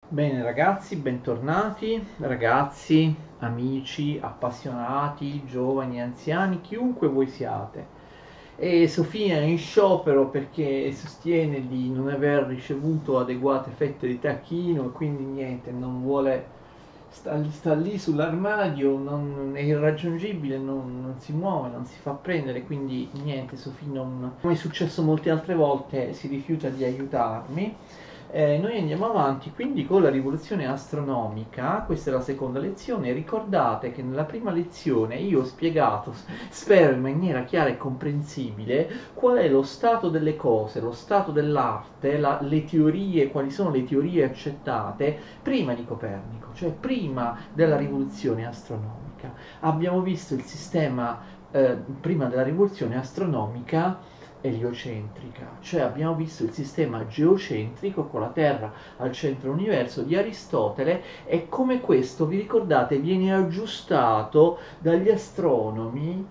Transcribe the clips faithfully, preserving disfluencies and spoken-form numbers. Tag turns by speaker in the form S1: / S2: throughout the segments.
S1: Bene ragazzi, bentornati, ragazzi, amici, appassionati, giovani, anziani, chiunque voi siate. E Sofia è in sciopero perché sostiene di non aver ricevuto adeguate fette di tacchino e quindi niente, non vuole, sta, sta lì sull'armadio, non, è irraggiungibile, non, non si muove, non si fa prendere, quindi niente, Sofia non, come è successo molte altre volte, si rifiuta di aiutarmi. Eh, noi andiamo avanti quindi con la rivoluzione astronomica, questa è la seconda lezione. Ricordate che nella prima lezione io ho spiegato, spero in maniera chiara e comprensibile, qual è lo stato delle cose, lo stato dell'arte, la- le teorie, quali sono le teorie accettate prima di Copernico, cioè prima della rivoluzione astronomica. Abbiamo visto il sistema eh, prima della rivoluzione astronomica eliocentrica, cioè abbiamo visto il sistema geocentrico con la Terra al centro dell'universo di Aristotele e come questo, vi ricordate, viene aggiustato dagli astronomi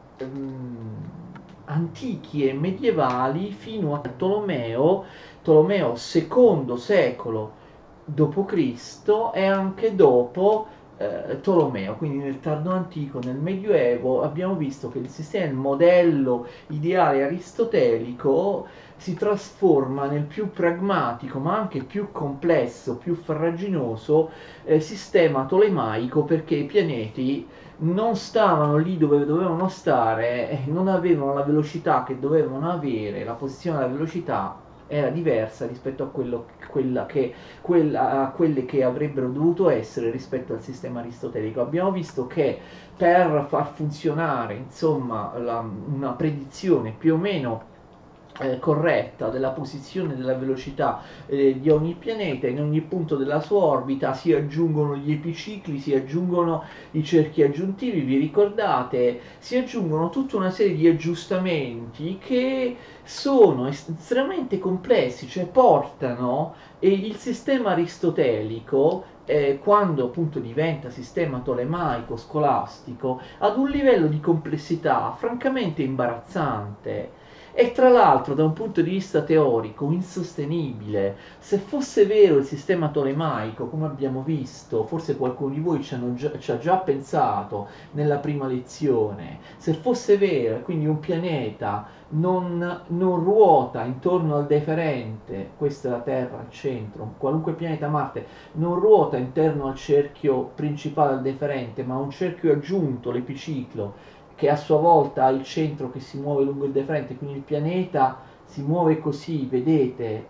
S1: ehm, antichi e medievali fino a Tolomeo, Tolomeo secondo secolo dopo Cristo e anche dopo eh, Tolomeo, quindi nel tardo antico, nel Medioevo, abbiamo visto che il sistema, il modello ideale aristotelico si trasforma nel più pragmatico, ma anche più complesso, più farraginoso eh, sistema tolemaico perché i pianeti non stavano lì dove dovevano stare, eh, non avevano la velocità che dovevano avere, la posizione della velocità era diversa rispetto a quello, quella che quella, a quelle che avrebbero dovuto essere rispetto al sistema aristotelico. Abbiamo visto che per far funzionare insomma la, una predizione più o meno eh, corretta della posizione della velocità eh, di ogni pianeta in ogni punto della sua orbita si aggiungono gli epicicli, si aggiungono i cerchi aggiuntivi, vi ricordate, si aggiungono tutta una serie di aggiustamenti che sono estremamente complessi, cioè portano eh, il sistema aristotelico eh, quando appunto diventa sistema tolemaico scolastico ad un livello di complessità francamente imbarazzante e tra l'altro da un punto di vista teorico insostenibile. Se fosse vero il sistema tolemaico, come abbiamo visto, forse qualcuno di voi ci, hanno già, ci ha già pensato nella prima lezione, se fosse vero, e quindi un pianeta non, non ruota intorno al deferente, questa è la Terra al centro, qualunque pianeta Marte non ruota interno al cerchio principale al deferente, ma ha un cerchio aggiunto, l'epiciclo, che a sua volta ha il centro che si muove lungo il deferente, quindi il pianeta si muove così, vedete.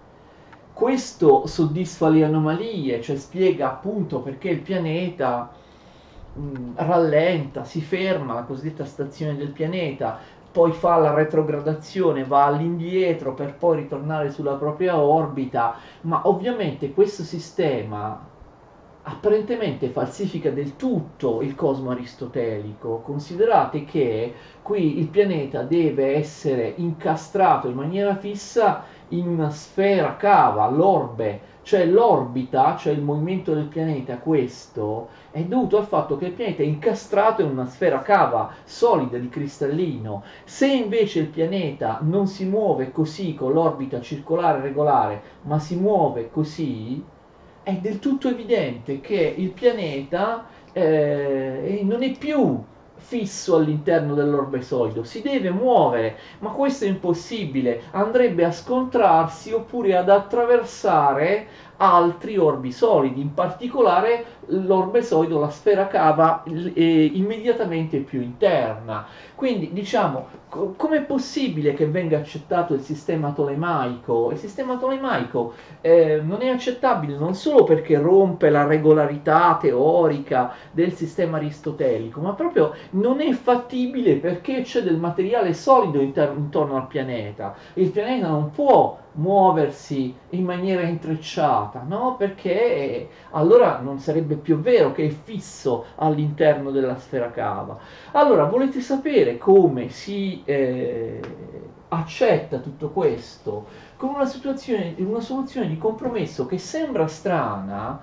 S1: Questo soddisfa le anomalie, cioè spiega appunto perché il pianeta mh, rallenta, si ferma, la cosiddetta stazione del pianeta, poi fa la retrogradazione, va all'indietro per poi ritornare sulla propria orbita, ma ovviamente questo sistema apparentemente falsifica del tutto il cosmo aristotelico. Considerate che qui il pianeta deve essere incastrato in maniera fissa in una sfera cava, l'orbe, cioè l'orbita, cioè il movimento del pianeta, questo è dovuto al fatto che il pianeta è incastrato in una sfera cava solida di cristallino. Se invece il pianeta non si muove così con l'orbita circolare regolare, ma si muove così, è del tutto evidente che il pianeta eh, non è più fisso all'interno dell'orbe solido, si deve muovere, ma questo è impossibile, andrebbe a scontrarsi oppure ad attraversare altri orbi solidi, in particolare l'orbe solido, la sfera cava eh, immediatamente più interna. Quindi diciamo, co- com'è possibile che venga accettato il sistema tolemaico? Il sistema tolemaico eh, non è accettabile non solo perché rompe la regolarità teorica del sistema aristotelico, ma proprio non è fattibile perché c'è del materiale solido inter- intorno al pianeta. Il pianeta non può muoversi in maniera intrecciata, no? Perché allora non sarebbe più vero che è fisso all'interno della sfera cava. Allora, volete sapere come si eh, accetta tutto questo? Con una, situazione, una soluzione di compromesso che sembra strana,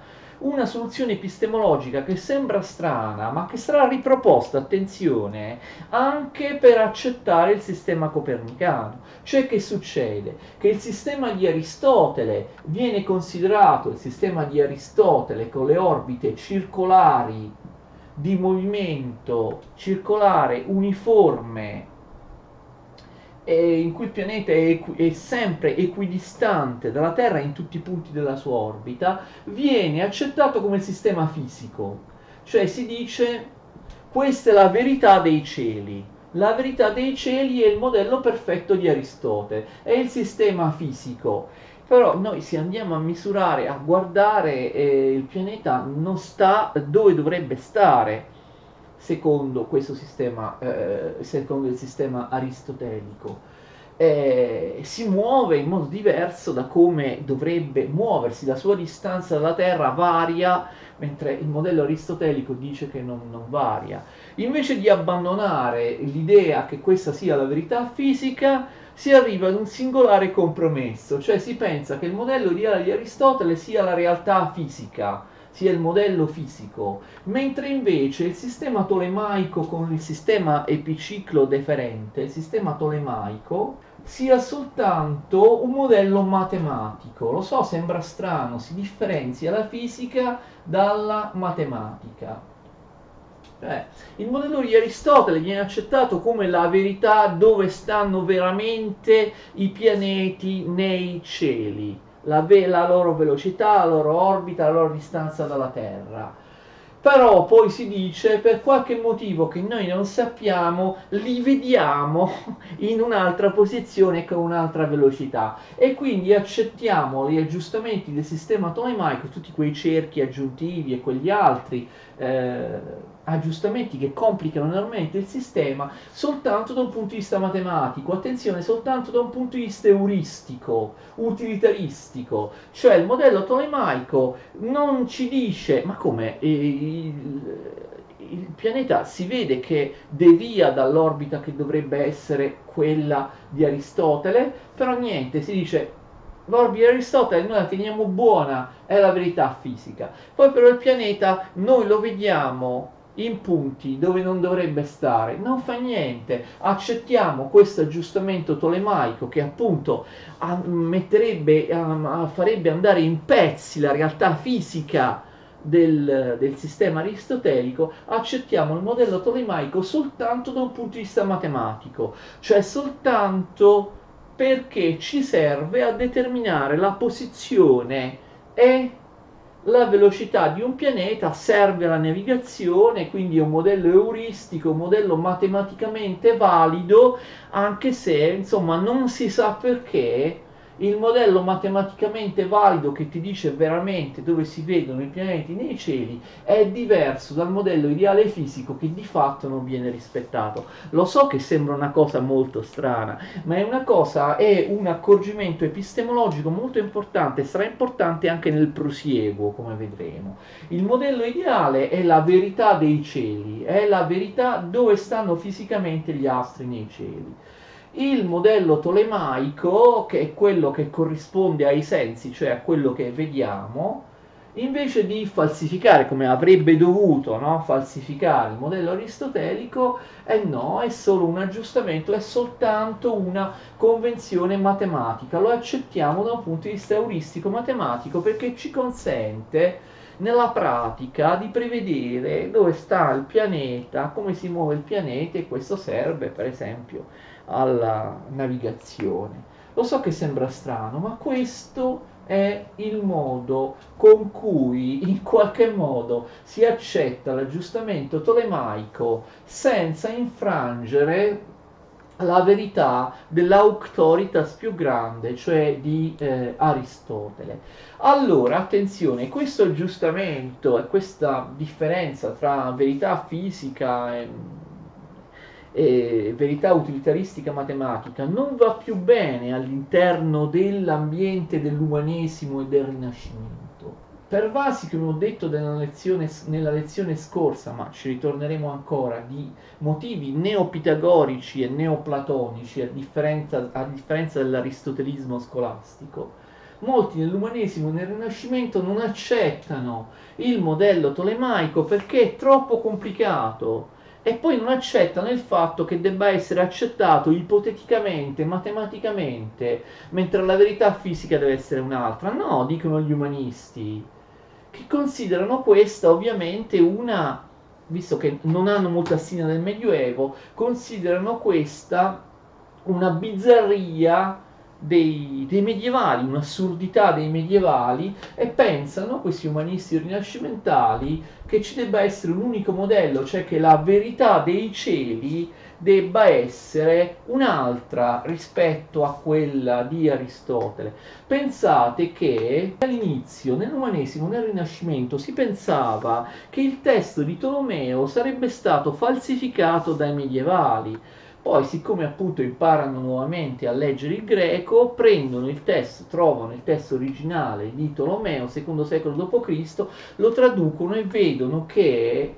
S1: una soluzione epistemologica che sembra strana, ma che sarà riproposta, attenzione, anche per accettare il sistema copernicano. Cioè, che succede? Che il sistema di Aristotele viene considerato, il sistema di Aristotele con le orbite circolari di movimento circolare uniforme, e in cui il pianeta è, equi- è sempre equidistante dalla Terra in tutti i punti della sua orbita, viene accettato come sistema fisico. Cioè si dice: questa è la verità dei cieli. La verità dei cieli è il modello perfetto di Aristotele, è il sistema fisico. Però noi, se andiamo a misurare, a guardare, eh, il pianeta non sta dove dovrebbe stare secondo questo sistema, eh, secondo il sistema aristotelico. Eh, si muove in modo diverso da come dovrebbe muoversi, la sua distanza dalla Terra varia, mentre il modello aristotelico dice che non, non varia. Invece di abbandonare l'idea che questa sia la verità fisica, si arriva ad un singolare compromesso, cioè si pensa che il modello ideale di Aristotele sia la realtà fisica, sia il modello fisico, mentre invece il sistema tolemaico con il sistema epiciclo deferente, il sistema tolemaico, sia soltanto un modello matematico. Lo so, sembra strano, si differenzia la fisica dalla matematica. Cioè, il modello di Aristotele viene accettato come la verità dove stanno veramente i pianeti nei cieli, la, ve- la loro velocità, la loro orbita, la loro distanza dalla Terra. Però poi si dice, per qualche motivo che noi non sappiamo, li vediamo in un'altra posizione con un'altra velocità, e quindi accettiamo gli aggiustamenti del sistema tolemaico, tutti quei cerchi aggiuntivi e quegli altri eh, aggiustamenti che complicano enormemente il sistema, soltanto da un punto di vista matematico, attenzione, soltanto da un punto di vista euristico, utilitaristico. Cioè il modello tolemaico non ci dice: ma come, il, il pianeta si vede che devia dall'orbita che dovrebbe essere quella di Aristotele, però niente, si dice: l'orbita di Aristotele noi la teniamo buona, è la verità fisica. Poi però il pianeta noi lo vediamo in punti dove non dovrebbe stare, non fa niente, accettiamo questo aggiustamento tolemaico che appunto a, metterebbe, a, farebbe andare in pezzi la realtà fisica del, del sistema aristotelico, accettiamo il modello tolemaico soltanto da un punto di vista matematico, cioè soltanto perché ci serve a determinare la posizione e la velocità di un pianeta, serve alla navigazione, quindi è un modello euristico, un modello matematicamente valido, anche se insomma non si sa perché il modello matematicamente valido che ti dice veramente dove si vedono i pianeti nei cieli è diverso dal modello ideale fisico che di fatto non viene rispettato. Lo so che sembra una cosa molto strana, ma è una cosa, è un accorgimento epistemologico molto importante, sarà importante anche nel prosieguo, come vedremo. Il modello ideale è la verità dei cieli, è la verità dove stanno fisicamente gli astri nei cieli. Il modello tolemaico, che è quello che corrisponde ai sensi, cioè a quello che vediamo, invece di falsificare, come avrebbe dovuto, no? falsificare il modello aristotelico, eh no, è solo un aggiustamento, è soltanto una convenzione matematica. Lo accettiamo da un punto di vista euristico matematico perché ci consente nella pratica di prevedere dove sta il pianeta, come si muove il pianeta, e questo serve per esempio alla navigazione. Lo so che sembra strano, ma questo è il modo con cui in qualche modo si accetta l'aggiustamento tolemaico senza infrangere la verità dell'auctoritas più grande, cioè di eh, Aristotele. Allora, attenzione, questo aggiustamento e questa differenza tra verità fisica e e verità utilitaristica matematica non va più bene all'interno dell'ambiente dell'umanesimo e del Rinascimento. Pervasi, come ho detto nella lezione, nella lezione scorsa, ma ci ritorneremo ancora, di motivi neopitagorici e neoplatonici, a differenza, a differenza dell'aristotelismo scolastico, Molti nell'umanesimo e nel Rinascimento non accettano il modello tolemaico perché è troppo complicato e poi non accettano il fatto che debba essere accettato ipoteticamente, matematicamente, mentre la verità fisica deve essere un'altra. No, dicono gli umanisti, che considerano questa ovviamente una, visto che non hanno molta stima del Medioevo, considerano questa una bizzarria dei, dei medievali, un'assurdità dei medievali, e pensano, questi umanisti rinascimentali, che ci debba essere un unico modello, cioè che la verità dei cieli debba essere un'altra rispetto a quella di Aristotele. Pensate che all'inizio, nell'umanesimo, nel Rinascimento, si pensava che il testo di Tolomeo sarebbe stato falsificato dai medievali. Poi, siccome appunto imparano nuovamente a leggere il greco, prendono il testo, trovano il testo originale di Tolomeo, secondo secolo dopo Cristo, lo traducono e vedono che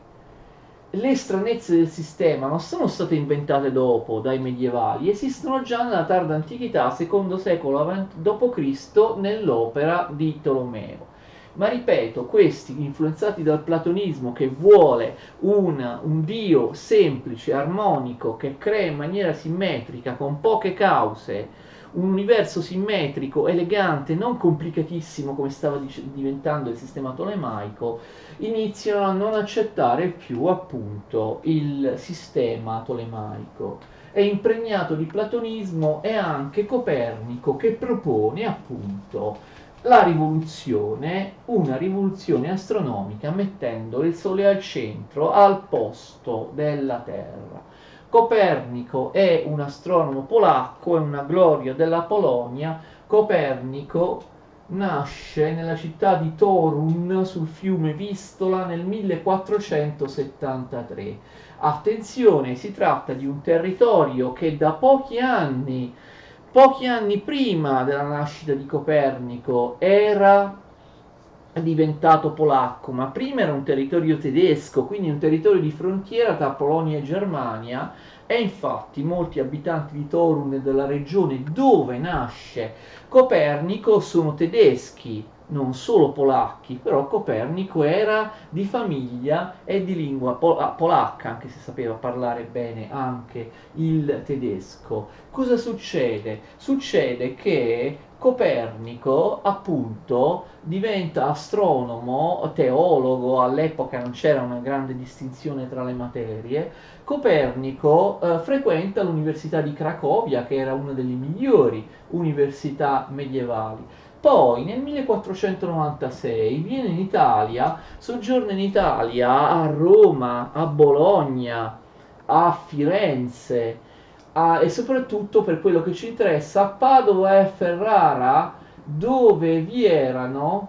S1: le stranezze del sistema non sono state inventate dopo dai medievali, esistono già nella tarda antichità, secondo secolo dopo Cristo, nell'opera di Tolomeo. Ma ripeto, questi influenzati dal platonismo, che vuole una, un Dio semplice, armonico, che crea in maniera simmetrica, con poche cause, un universo simmetrico, elegante, non complicatissimo come stava diventando il sistema tolemaico, iniziano a non accettare più appunto il sistema tolemaico. È impregnato di platonismo e anche Copernico, che propone appunto la rivoluzione, una rivoluzione astronomica, mettendo il Sole al centro, al posto della Terra. Copernico è un astronomo polacco, è una gloria della Polonia. Copernico nasce nella città di Torun sul fiume Vistola nel millequattrocentosettantatré. Attenzione, si tratta di un territorio che da pochi anni Pochi anni prima della nascita di Copernico era diventato polacco, ma prima era un territorio tedesco, quindi un territorio di frontiera tra Polonia e Germania, e infatti molti abitanti di Torun e della regione dove nasce Copernico sono tedeschi, non solo polacchi, però Copernico era di famiglia e di lingua polacca, anche se sapeva parlare bene anche il tedesco. Cosa succede? Succede che Copernico appunto diventa astronomo, teologo, all'epoca non c'era una grande distinzione tra le materie. Copernico eh, frequenta l'Università di Cracovia, che era una delle migliori università medievali. Poi nel millequattrocentonovantasei viene in Italia, soggiorna in Italia, a Roma, a Bologna, a Firenze, a, e soprattutto, per quello che ci interessa, a Padova e a Ferrara, dove vi erano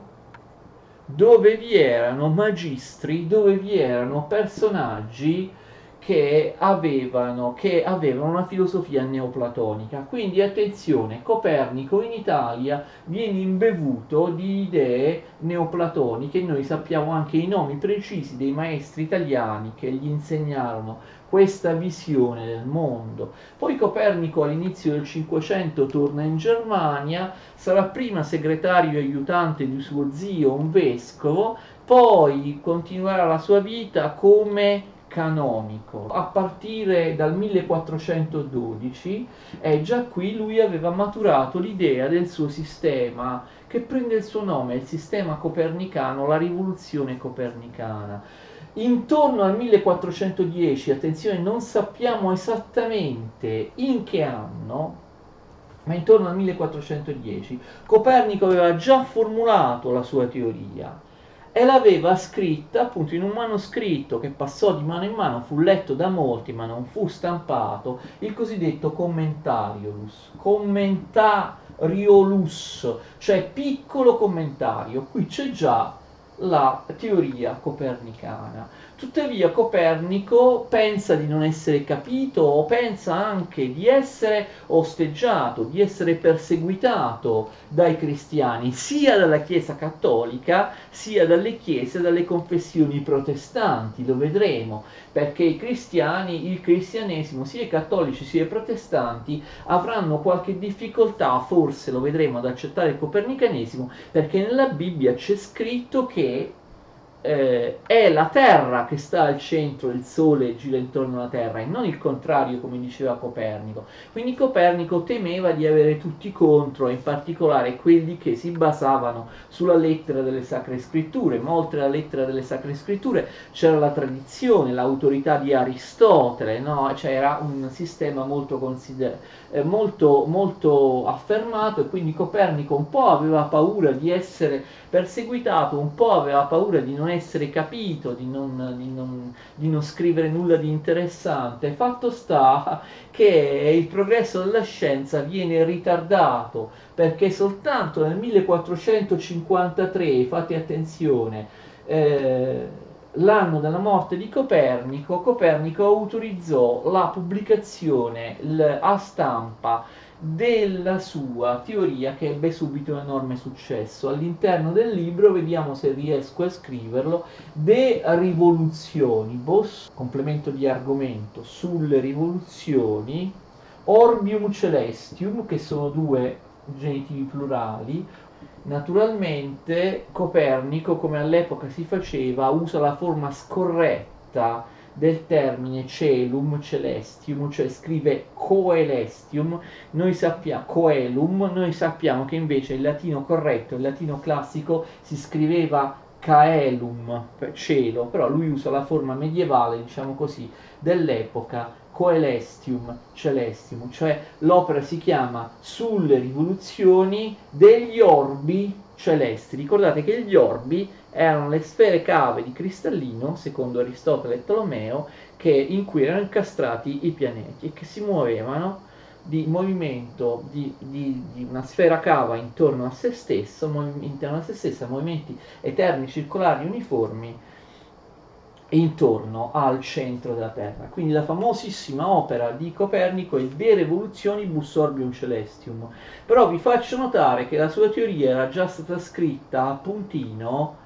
S1: dove vi erano magistri, dove vi erano personaggi che avevano, che avevano una filosofia neoplatonica. Quindi attenzione, Copernico in Italia viene imbevuto di idee neoplatoniche. Noi sappiamo anche i nomi precisi dei maestri italiani che gli insegnarono questa visione del mondo. Poi Copernico all'inizio del Cinquecento torna in Germania, sarà prima segretario e aiutante di suo zio, un vescovo, poi continuerà la sua vita come canonico. A partire dal millequattrocentododici, e già qui lui aveva maturato l'idea del suo sistema, che prende il suo nome, il sistema copernicano, la rivoluzione copernicana. Intorno al millequattrocentodieci, attenzione, non sappiamo esattamente in che anno, ma intorno al millequattrocentodieci, Copernico aveva già formulato la sua teoria e l'aveva scritta appunto in un manoscritto che passò di mano in mano, fu letto da molti ma non fu stampato, il cosiddetto Commentariolus. Commentariolus, cioè piccolo commentario. Qui c'è già la teoria copernicana. Tuttavia Copernico pensa di non essere capito o pensa anche di essere osteggiato, di essere perseguitato dai cristiani, sia dalla Chiesa cattolica, sia dalle chiese, dalle confessioni protestanti, lo vedremo, perché i cristiani, il cristianesimo, sia i cattolici sia i protestanti, avranno qualche difficoltà, forse lo vedremo, ad accettare il copernicanesimo, perché nella Bibbia c'è scritto che eh, è la Terra che sta al centro, il Sole gira intorno alla Terra e non il contrario come diceva Copernico. Quindi Copernico temeva di avere tutti contro, in particolare quelli che si basavano sulla lettera delle Sacre Scritture, ma oltre alla lettera delle Sacre Scritture c'era la tradizione, l'autorità di Aristotele, no? Cioè era un sistema molto, consider- eh, molto, molto affermato, e quindi Copernico un po' aveva paura di essere perseguitato, un po' aveva paura di non essere capito, di non, di non, di non scrivere nulla di interessante. Fatto sta che il progresso della scienza viene ritardato, perché soltanto nel millequattrocentocinquantatré, fate attenzione, eh, l'anno della morte di Copernico, Copernico autorizzò la pubblicazione l- a stampa della sua teoria, che ebbe subito un enorme successo. All'interno del libro, vediamo se riesco a scriverlo, De Revolutionibus, complemento di argomento sulle rivoluzioni, Orbium Celestium, che sono due genitivi plurali. Naturalmente Copernico, come all'epoca si faceva, usa la forma scorretta del termine celum, celestium, cioè scrive coelestium, noi sappiamo coelum, noi sappiamo che invece il latino corretto, il latino classico, si scriveva caelum, cielo, però lui usa la forma medievale, diciamo così, dell'epoca, coelestium, celestium, cioè l'opera si chiama Sulle rivoluzioni degli orbi celesti. Ricordate che gli orbi erano le sfere cave di cristallino, secondo Aristotele e Tolomeo, che, in cui erano incastrati i pianeti e che si muovevano di movimento di, di, di una sfera cava intorno a se stesso, interno a se stessa, movimenti eterni, circolari, uniformi, intorno al centro della Terra. Quindi la famosissima opera di Copernico è De Revolutionibus Orbium Celestium. Però vi faccio notare che la sua teoria era già stata scritta a puntino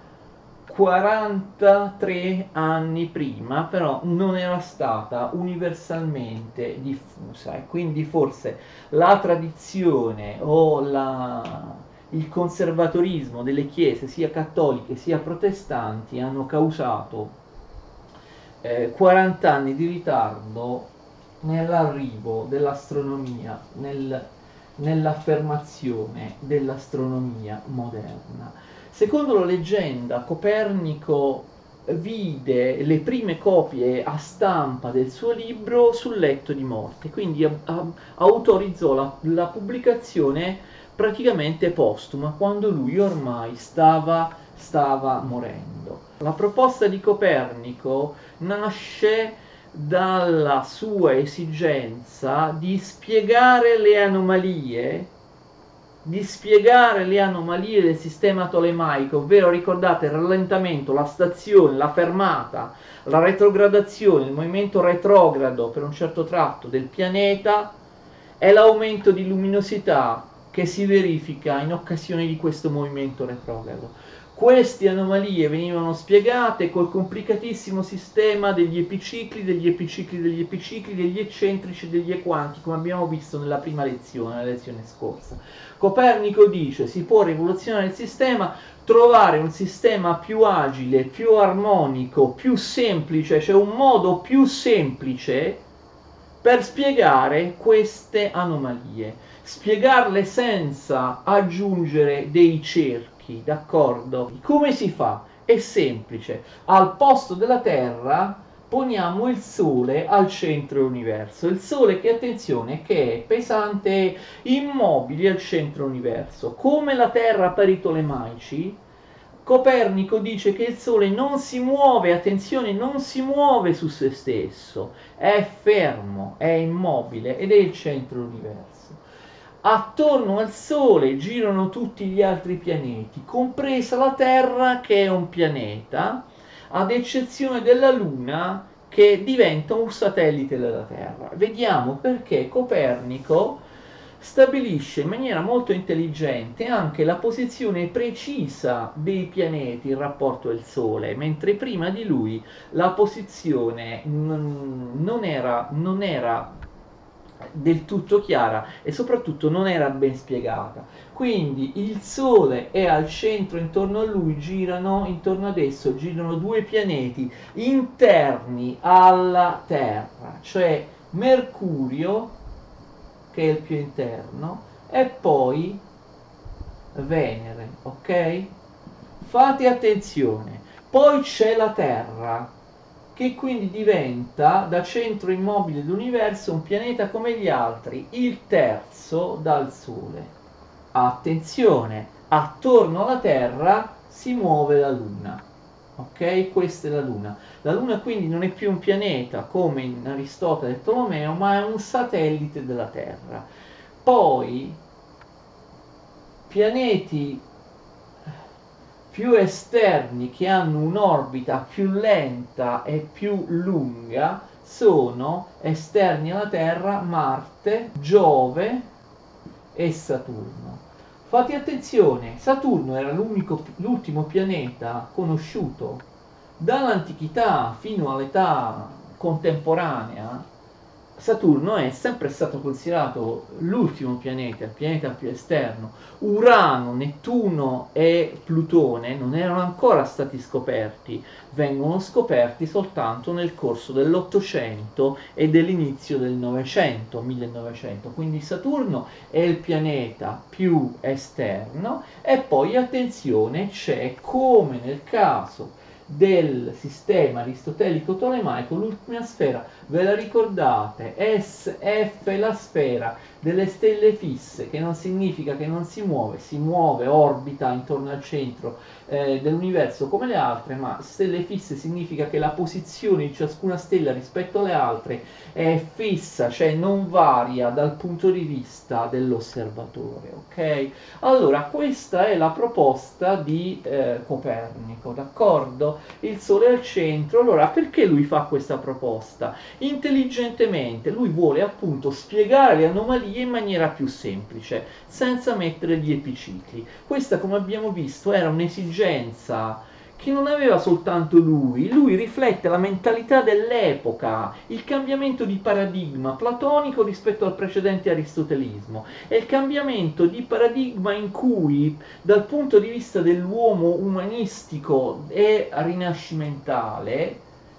S1: quarantatré anni prima, però non era stata universalmente diffusa, e quindi forse la tradizione o la, il conservatorismo delle chiese sia cattoliche sia protestanti hanno causato eh, quaranta anni di ritardo nell'arrivo dell'astronomia, nel, nell'affermazione dell'astronomia moderna. Secondo la leggenda, Copernico vide le prime copie a stampa del suo libro sul letto di morte, quindi a, a, autorizzò la, la pubblicazione praticamente postuma, quando lui ormai stava, stava morendo. La proposta di Copernico nasce dalla sua esigenza di spiegare le anomalie di spiegare le anomalie del sistema tolemaico, ovvero, ricordate, il rallentamento, la stazione, la fermata, la retrogradazione, il movimento retrogrado per un certo tratto del pianeta e l'aumento di luminosità che si verifica in occasione di questo movimento retrogrado. Queste anomalie venivano spiegate col complicatissimo sistema degli epicicli, degli epicicli, degli epicicli, degli eccentrici e degli equanti, come abbiamo visto nella prima lezione, nella lezione scorsa. Copernico dice: si può rivoluzionare il sistema, trovare un sistema più agile, più armonico, più semplice, cioè un modo più semplice per spiegare queste anomalie, spiegarle senza aggiungere dei cerchi, d'accordo? Come si fa? È semplice: al posto della Terra poniamo il Sole al centro dell'universo. Il Sole, che attenzione, che è pesante, immobile al centro dell'universo. Come la Terra per i Tolemaici, Copernico dice che il Sole non si muove, attenzione, non si muove su se stesso, è fermo, è immobile ed è il centro dell'universo. attorno al Sole girano tutti gli altri pianeti, compresa la Terra che è un pianeta, ad eccezione della Luna che diventa un satellite della Terra. Vediamo perché Copernico stabilisce in maniera molto intelligente anche la posizione precisa dei pianeti in rapporto al Sole, mentre prima di lui la posizione non era, non era del tutto chiara e soprattutto non era ben spiegata. Quindi il Sole è al centro, intorno a lui girano, intorno ad esso girano due pianeti interni alla Terra, cioè Mercurio, che è il più interno, e poi Venere, ok? Fate attenzione. Poi c'è la Terra, che quindi diventa, da centro immobile dell'universo, un pianeta come gli altri, il terzo dal Sole. Attenzione, attorno alla Terra si muove la Luna. Ok? Questa è la Luna. La Luna quindi non è più un pianeta come in Aristotele e Tolomeo, ma è un satellite della Terra. Poi pianeti più esterni che hanno un'orbita più lenta e più lunga sono esterni alla Terra Marte, Giove e Saturno. Fate attenzione, Saturno era l'unico, l'ultimo pianeta conosciuto dall'antichità fino all'età contemporanea. Saturno è sempre stato considerato l'ultimo pianeta, il pianeta più esterno. Urano, Nettuno e Plutone non erano ancora stati scoperti, vengono scoperti soltanto nel corso dell'Ottocento e dell'inizio del Novecento, millenovecento. Quindi Saturno è il pianeta più esterno e poi attenzione, c'è, come nel caso del sistema aristotelico tolemaico, l'ultima sfera, ve la ricordate? S F è la sfera delle stelle fisse, che non significa che non si muove, si muove, orbita intorno al centro eh, dell'universo come le altre, ma stelle fisse significa che la posizione di ciascuna stella rispetto alle altre è fissa, cioè non varia dal punto di vista dell'osservatore, ok? Allora, questa è la proposta di eh, Copernico, d'accordo? Il Sole è al centro. Allora, perché lui fa questa proposta? Intelligentemente lui vuole appunto spiegare le anomalie in maniera più semplice, senza mettere gli epicicli. Questa, come abbiamo visto, era un'esigenza che non aveva soltanto lui, lui riflette la mentalità dell'epoca, il cambiamento di paradigma platonico rispetto al precedente aristotelismo, è il cambiamento di paradigma in cui dal punto di vista dell'uomo umanistico e rinascimentale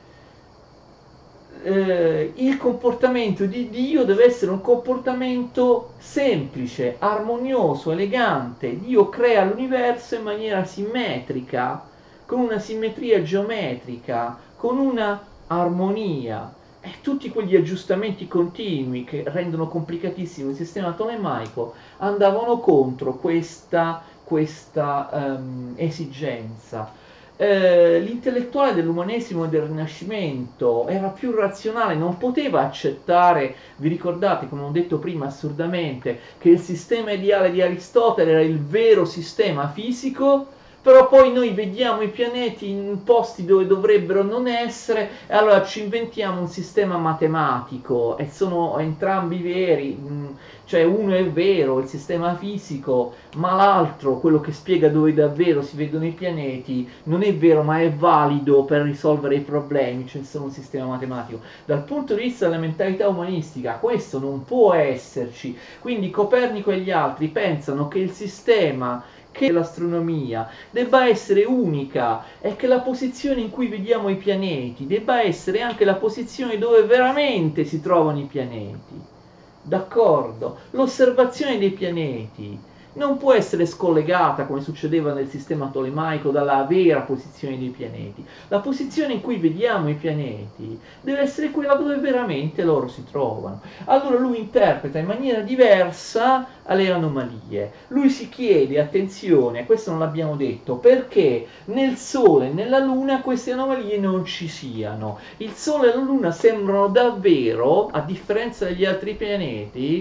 S1: eh, il comportamento di Dio deve essere un comportamento semplice, armonioso, elegante. Dio crea l'universo in maniera simmetrica, con una simmetria geometrica, con una armonia, e tutti quegli aggiustamenti continui che rendono complicatissimo il sistema tolemaico andavano contro questa, questa um, esigenza. Eh, l'intellettuale dell'umanesimo e del Rinascimento era più razionale, non poteva accettare, vi ricordate, come ho detto prima assurdamente, che il sistema ideale di Aristotele era il vero sistema fisico, però poi noi vediamo i pianeti in posti dove dovrebbero non essere e allora ci inventiamo un sistema matematico e sono entrambi veri, cioè uno è vero, il sistema fisico, ma l'altro, quello che spiega dove davvero si vedono i pianeti, non è vero ma è valido per risolvere i problemi, cioè sono un sistema matematico. Dal punto di vista della mentalità umanistica questo non può esserci, quindi Copernico e gli altri pensano che il sistema, che l'astronomia debba essere unica e che la posizione in cui vediamo i pianeti debba essere anche la posizione dove veramente si trovano i pianeti. D'accordo? L'osservazione dei pianeti non può essere scollegata, come succedeva nel sistema tolemaico, dalla vera posizione dei pianeti. La posizione in cui vediamo i pianeti deve essere quella dove veramente loro si trovano. Allora lui interpreta in maniera diversa le anomalie. Lui si chiede, attenzione, questo non l'abbiamo detto, perché nel Sole e nella Luna queste anomalie non ci siano. Il Sole e la Luna sembrano davvero, a differenza degli altri pianeti,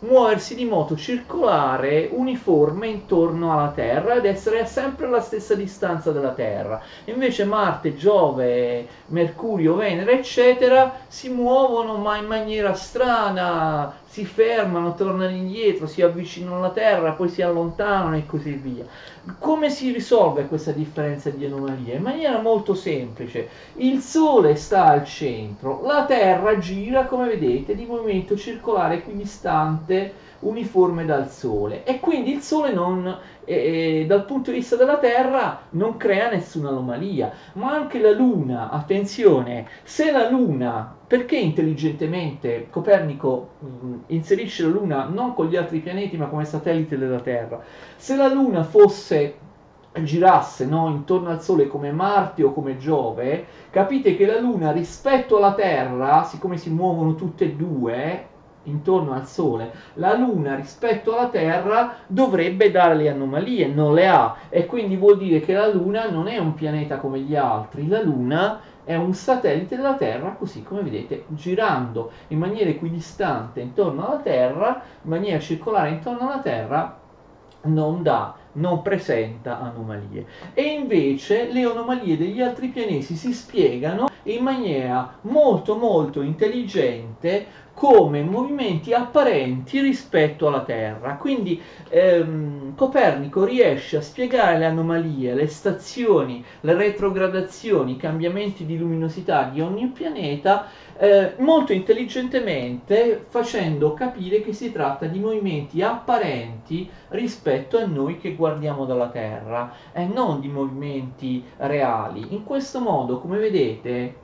S1: muoversi di moto circolare uniforme intorno alla Terra ed essere sempre alla stessa distanza della Terra. Invece Marte, Giove, Mercurio, Venere, eccetera, si muovono ma in maniera strana, si fermano, tornano indietro, si avvicinano alla Terra, poi si allontanano e così via. Come si risolve questa differenza di anomalie? In maniera molto semplice. Il Sole sta al centro, la Terra gira, come vedete, di movimento circolare equidistante, uniforme dal Sole, e quindi il Sole non, eh, dal punto di vista della Terra non crea nessuna anomalia. Ma anche la Luna, attenzione, se la Luna, perché intelligentemente Copernico mh, inserisce la Luna non con gli altri pianeti ma come satellite della Terra, se la Luna fosse girasse, no, intorno al Sole come Marte o come Giove, capite che la Luna rispetto alla Terra, siccome si muovono tutte e due intorno al Sole, la Luna rispetto alla Terra dovrebbe dare le anomalie, non le ha, e quindi vuol dire che la Luna non è un pianeta come gli altri, la Luna è un satellite della Terra, così come vedete, girando in maniera equidistante intorno alla Terra, in maniera circolare intorno alla Terra, non dà, non presenta anomalie. E invece le anomalie degli altri pianeti si spiegano in maniera molto molto intelligente come movimenti apparenti rispetto alla Terra. Quindi ehm, Copernico riesce a spiegare le anomalie, le stazioni, le retrogradazioni, i cambiamenti di luminosità di ogni pianeta eh, molto intelligentemente, facendo capire che si tratta di movimenti apparenti rispetto a noi che guardiamo dalla Terra e non di movimenti reali. In questo modo, come vedete,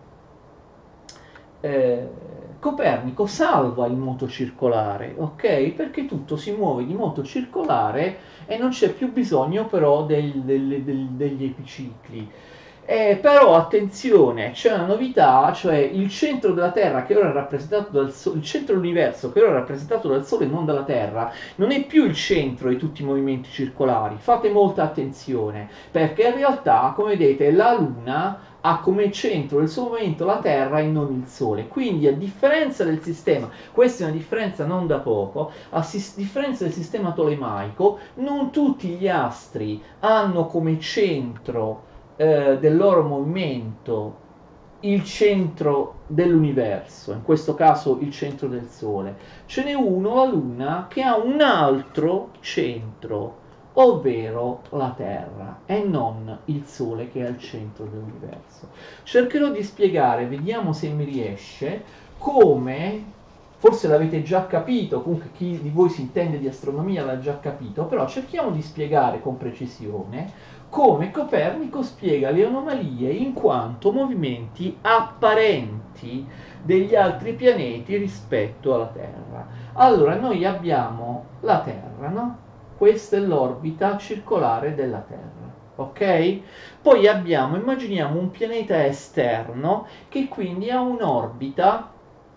S1: eh, Copernico salva il moto circolare, ok? Perché tutto si muove di moto circolare e non c'è più bisogno però del, del, del, degli epicicli. Eh, però attenzione, c'è una novità, cioè il centro della Terra che ora è rappresentato dal Sole, il centro dell'universo che ora è rappresentato dal Sole e non dalla Terra, non è più il centro di tutti i movimenti circolari. Fate molta attenzione, perché in realtà, come vedete, la Luna ha come centro del suo movimento la Terra e non il Sole. Quindi, a differenza del sistema, questa è una differenza non da poco, a sis- differenza del sistema tolemaico, non tutti gli astri hanno come centro eh, del loro movimento il centro dell'universo, in questo caso il centro del Sole. Ce n'è uno, la Luna, che ha un altro centro, ovvero la Terra, e non il Sole che è al centro dell'universo. Cercherò di spiegare, vediamo se mi riesce, come, forse l'avete già capito, comunque chi di voi si intende di astronomia l'ha già capito, però cerchiamo di spiegare con precisione come Copernico spiega le anomalie in quanto movimenti apparenti degli altri pianeti rispetto alla Terra. Allora, noi abbiamo la Terra, no? Questa è l'orbita circolare della Terra, ok? Poi abbiamo, immaginiamo un pianeta esterno che quindi ha un'orbita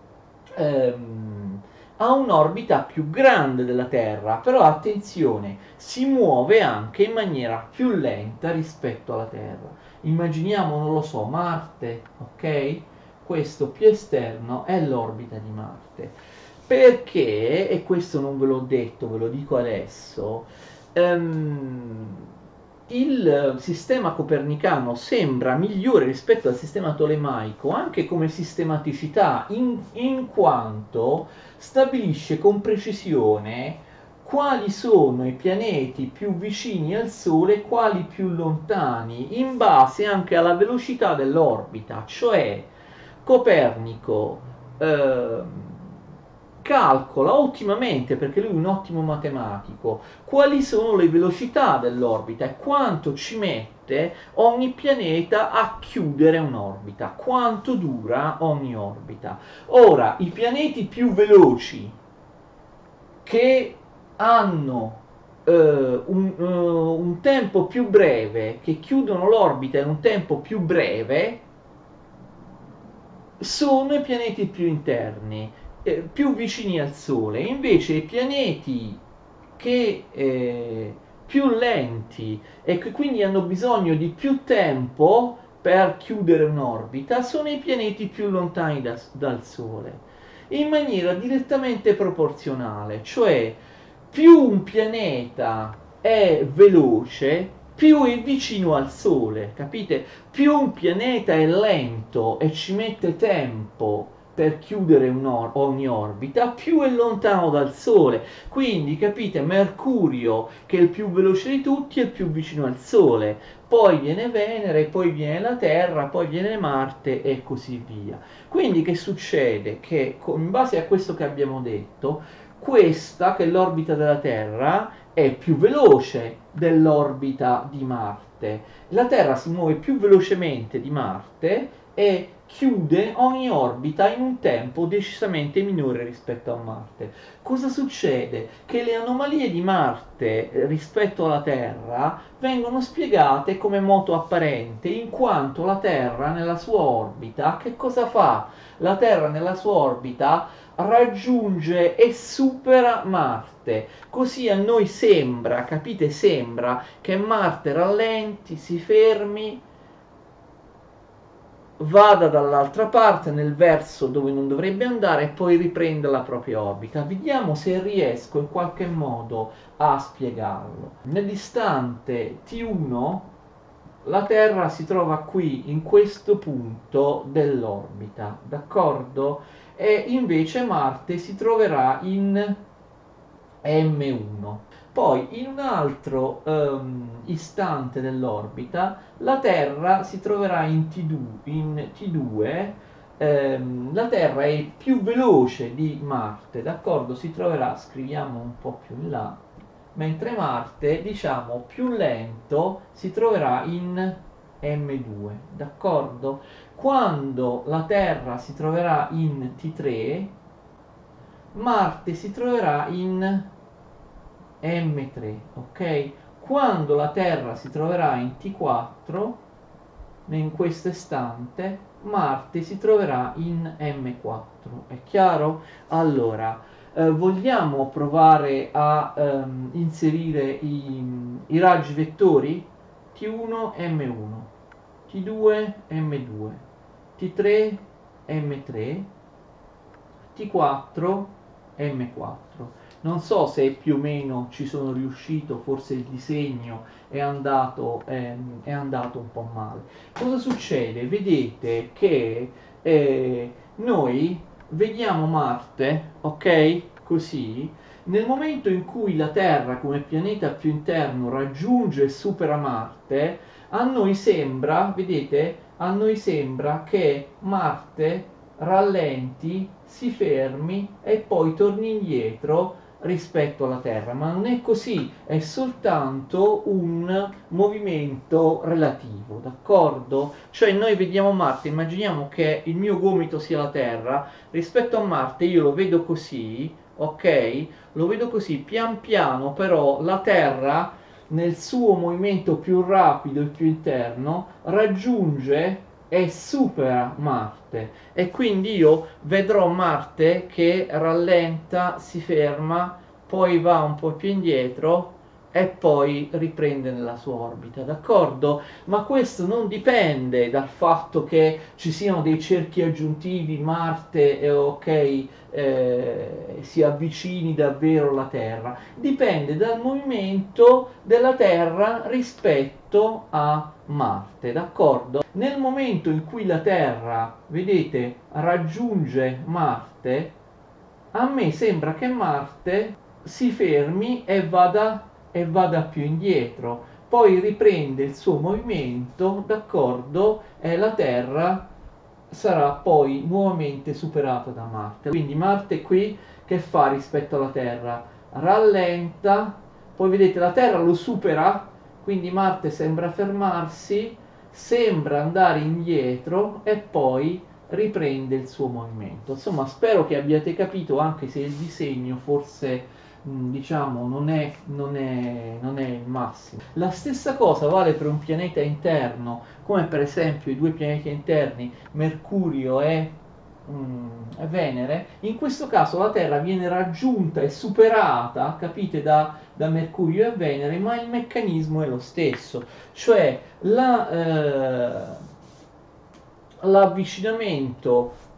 S1: ehm, ha un'orbita più grande della Terra, però attenzione, si muove anche in maniera più lenta rispetto alla Terra. Immaginiamo, non lo so, Marte, ok? Questo più esterno è l'orbita di Marte. Perché, e questo non ve l'ho detto, ve lo dico adesso, ehm, il sistema copernicano sembra migliore rispetto al sistema tolemaico anche come sistematicità, in, in quanto stabilisce con precisione quali sono i pianeti più vicini al Sole e quali più lontani, in base anche alla velocità dell'orbita, cioè Copernico eh, calcola ottimamente, perché lui è un ottimo matematico, quali sono le velocità dell'orbita e quanto ci mette ogni pianeta a chiudere un'orbita, quanto dura ogni orbita. Ora, i pianeti più veloci che hanno eh, un, uh, un tempo più breve, che chiudono l'orbita in un tempo più breve, sono i pianeti più interni, eh, più vicini al Sole. Invece i pianeti che eh, più lenti e che quindi hanno bisogno di più tempo per chiudere un'orbita sono i pianeti più lontani da, dal Sole. in maniera direttamente proporzionale, cioè più un pianeta è veloce, più è vicino al Sole, capite? Più un pianeta è lento e ci mette tempo per chiudere un ogni orbita, più è lontano dal Sole. Quindi, capite, Mercurio, che è il più veloce di tutti, è il più vicino al Sole. Poi viene Venere, poi viene la Terra, poi viene Marte e così via. Quindi che succede? Che in base a questo che abbiamo detto, questa, che è l'orbita della Terra, è più veloce dell'orbita di Marte. La Terra si muove più velocemente di Marte e chiude ogni orbita in un tempo decisamente minore rispetto a Marte. Cosa succede? Che le anomalie di Marte rispetto alla Terra vengono spiegate come moto apparente, in quanto la Terra nella sua orbita, che cosa fa? La Terra nella sua orbita raggiunge e supera Marte, così a noi sembra, capite, sembra che Marte rallenti, si fermi, vada dall'altra parte nel verso dove non dovrebbe andare e poi riprenda la propria orbita. Vediamo se riesco in qualche modo a spiegarlo. Nell'istante T uno la Terra si trova qui in questo punto dell'orbita, d'accordo? E invece Marte si troverà in M uno. Poi in un altro um, istante dell'orbita la Terra si troverà in T due, in T due ehm, la Terra è più veloce di Marte, d'accordo? Si troverà, scriviamo un po' più in là, mentre Marte, diciamo, più lento, si troverà in M due, d'accordo? Quando la Terra si troverà in T tre, Marte si troverà in M tre, ok? Quando la Terra si troverà in T quattro, in questo istante, Marte si troverà in M quattro, è chiaro? Allora, eh, vogliamo provare a ehm, inserire i, i raggi vettori? T uno M uno, T due M due, T tre M tre, T quattro M quattro. Non so se più o meno ci sono riuscito, forse il disegno è andato, ehm, è andato un po' male. Cosa succede? Vedete che eh, noi vediamo Marte, ok? Così, nel momento in cui la Terra come pianeta più interno raggiunge e supera Marte, a noi sembra, vedete, a noi sembra che Marte rallenti, si fermi e poi torni indietro rispetto alla Terra, ma non è così, è soltanto un movimento relativo, d'accordo? Cioè noi vediamo Marte, immaginiamo che il mio gomito sia la Terra, rispetto a Marte io lo vedo così, ok? Lo vedo così, pian piano però la Terra nel suo movimento più rapido e più interno raggiunge e supera Marte e quindi io vedrò Marte che rallenta, si ferma, poi va un po' più indietro e poi riprende nella sua orbita, d'accordo? Ma questo non dipende dal fatto che ci siano dei cerchi aggiuntivi, Marte e ok, eh, si avvicini davvero alla Terra, dipende dal movimento della Terra rispetto a Marte, d'accordo? Nel momento in cui la Terra, vedete, raggiunge Marte, a me sembra che Marte si fermi e vada, e vada più indietro, poi riprende il suo movimento, d'accordo, e la Terra sarà poi nuovamente superata da Marte. Quindi Marte qui che fa rispetto alla Terra? Rallenta, poi vedete la Terra lo supera, quindi Marte sembra fermarsi, sembra andare indietro e poi riprende il suo movimento. Insomma, spero che abbiate capito, anche se il disegno forse mh, diciamo non è, non, è, non è il massimo. La stessa cosa vale per un pianeta interno, come per esempio i due pianeti interni Mercurio e mm, Venere. In questo caso la Terra viene raggiunta e superata, capite, da, da Mercurio e Venere, ma il meccanismo è lo stesso, cioè la, eh, l'avvicinamento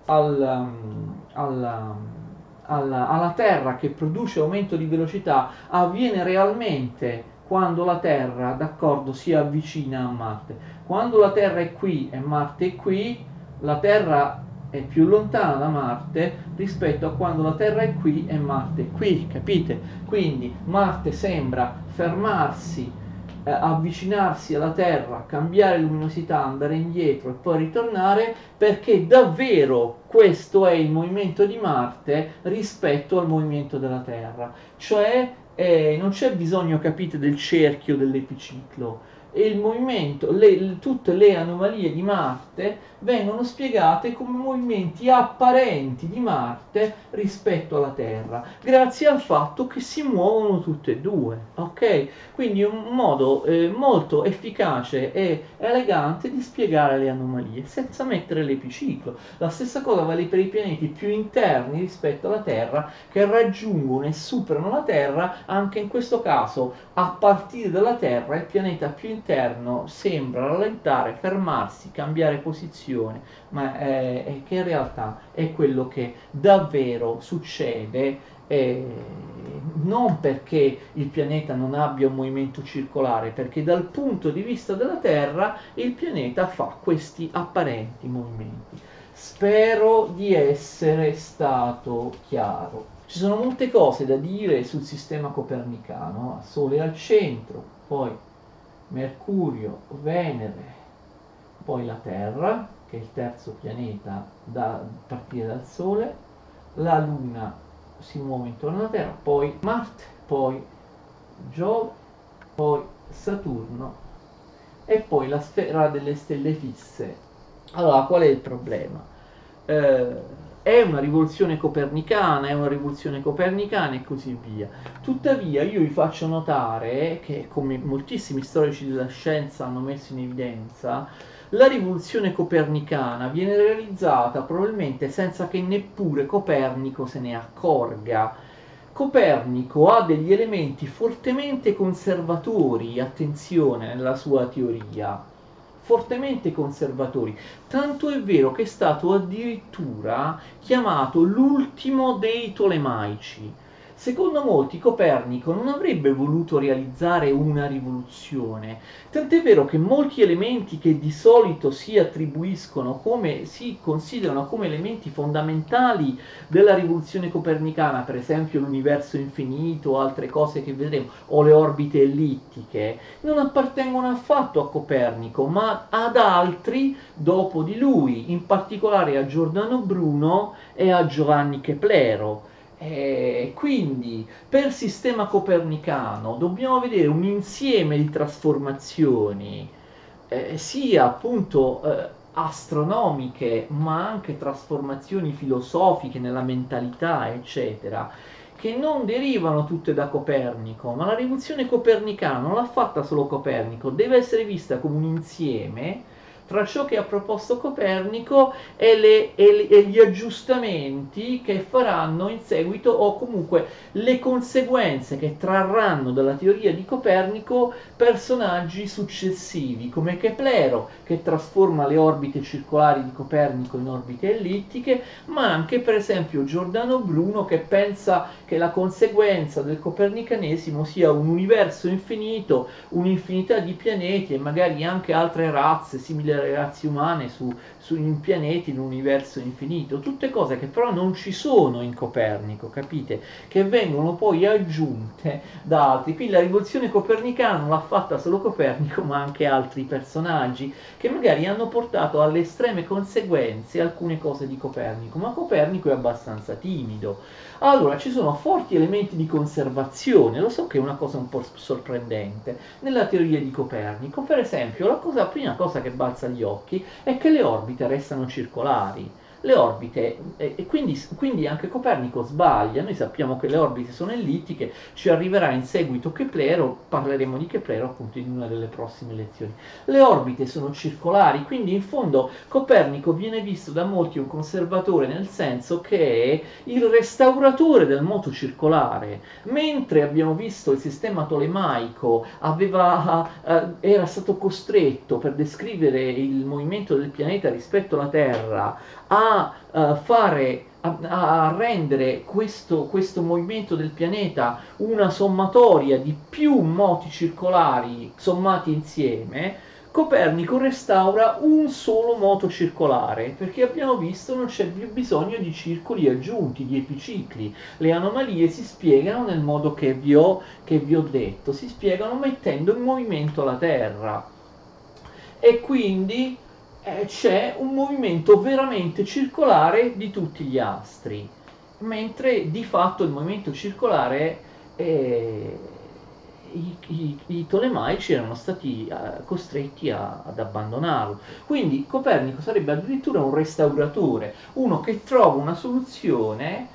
S1: al, um, alla, alla, alla Terra che produce aumento di velocità avviene realmente quando la Terra, d'accordo, si avvicina a Marte. Quando la Terra è qui e Marte è qui, la Terra è più lontana da Marte rispetto a quando la Terra è qui e Marte è qui, capite? Quindi Marte sembra fermarsi, eh, avvicinarsi alla Terra, cambiare luminosità, andare indietro e poi ritornare, perché davvero questo è il movimento di Marte rispetto al movimento della Terra. Cioè eh, non c'è bisogno, capite, del cerchio dell'epiciclo. E il movimento, le, tutte le anomalie di Marte vengono spiegate come movimenti apparenti di Marte rispetto alla Terra, grazie al fatto che si muovono tutte e due, ok? Quindi è un modo eh, molto efficace e elegante di spiegare le anomalie senza mettere l'epiciclo. La stessa cosa vale per i pianeti più interni rispetto alla Terra, che raggiungono e superano la Terra. Anche in questo caso, a partire dalla Terra, il pianeta più interno sembra rallentare, fermarsi, cambiare posizione, ma è, è che in realtà è quello che davvero succede. Eh, non perché il pianeta non abbia un movimento circolare, perché dal punto di vista della Terra il pianeta fa questi apparenti movimenti. Spero di essere stato chiaro. Ci sono molte cose da dire sul sistema copernicano: Sole al centro, poi Mercurio, Venere, poi la Terra, che è il terzo pianeta da partire dal Sole, la Luna si muove intorno alla Terra, poi Marte, poi Giove, poi Saturno e poi la sfera delle stelle fisse. Allora, qual è il problema? Eh, è una rivoluzione copernicana, è una rivoluzione copernicana e così via. Tuttavia io vi faccio notare che, come moltissimi storici della scienza hanno messo in evidenza, la rivoluzione copernicana viene realizzata probabilmente senza che neppure Copernico se ne accorga. Copernico ha degli elementi fortemente conservatori, attenzione, nella sua teoria, fortemente conservatori, tanto è vero che è stato addirittura chiamato l'ultimo dei Tolemaici. Secondo molti Copernico non avrebbe voluto realizzare una rivoluzione, tant'è vero che molti elementi che di solito si attribuiscono come, si considerano come elementi fondamentali della rivoluzione copernicana, per esempio l'universo infinito o altre cose che vedremo, o le orbite ellittiche, non appartengono affatto a Copernico, ma ad altri dopo di lui, in particolare a Giordano Bruno e a Giovanni Keplero. E quindi per sistema copernicano dobbiamo vedere un insieme di trasformazioni, eh, sia appunto eh, astronomiche, ma anche trasformazioni filosofiche nella mentalità, eccetera, che non derivano tutte da Copernico. Ma la rivoluzione copernicana non l'ha fatta solo Copernico, deve essere vista come un insieme tra ciò che ha proposto Copernico e, le, e, e gli aggiustamenti che faranno in seguito, o comunque le conseguenze che trarranno dalla teoria di Copernico personaggi successivi, come Keplero, che trasforma le orbite circolari di Copernico in orbite ellittiche, ma anche per esempio Giordano Bruno, che pensa che la conseguenza del copernicanesimo sia un universo infinito, un'infinità di pianeti e magari anche altre razze simili alle razze umane su, su in pianeti in un universo infinito, tutte cose che però non ci sono in Copernico, capite? Che vengono poi aggiunte da altri. Quindi la rivoluzione copernicana non l'ha fatta solo Copernico, ma anche altri personaggi che magari hanno portato alle estreme conseguenze alcune cose di Copernico, ma Copernico è abbastanza timido. Allora ci sono forti elementi di conservazione, lo so che è una cosa un po' sorprendente, nella teoria di Copernico. Per esempio, la, cosa, la prima cosa che balza agli occhi è che le orbite restano circolari. Le orbite, e, e quindi, quindi anche Copernico sbaglia. Noi sappiamo che le orbite sono ellittiche, ci arriverà in seguito Keplero, parleremo di Keplero appunto in una delle prossime lezioni. Le orbite sono circolari, quindi in fondo Copernico viene visto da molti un conservatore, nel senso che è il restauratore del moto circolare, mentre abbiamo visto il sistema tolemaico aveva, eh, era stato costretto per descrivere il movimento del pianeta rispetto alla Terra a a uh, fare a, a rendere questo, questo movimento del pianeta una sommatoria di più moti circolari sommati insieme, Copernico restaura un solo moto circolare, perché abbiamo visto non c'è più bisogno di circoli aggiunti, di epicicli. Le anomalie si spiegano nel modo che vi ho, che vi ho detto, si spiegano mettendo in movimento la Terra. E quindi eh, c'è un movimento veramente circolare di tutti gli astri, mentre di fatto il movimento circolare è... I, i, i Tolemaici erano stati uh, costretti a, ad abbandonarlo. Quindi Copernico sarebbe addirittura un restauratore, uno che trova una soluzione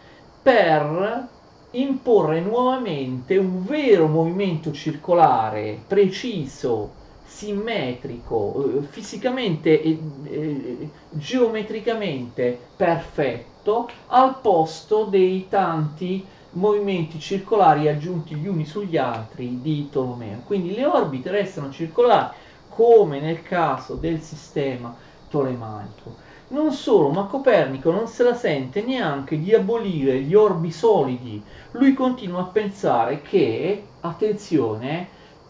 S1: per imporre nuovamente un vero movimento circolare preciso, simmetrico, eh, fisicamente e eh, geometricamente perfetto, al posto dei tanti movimenti circolari aggiunti gli uni sugli altri di Tolomeo. Quindi le orbite restano circolari come nel caso del sistema tolemaico. Non solo, ma Copernico non se la sente neanche di abolire gli orbi solidi. Lui continua a pensare che, attenzione,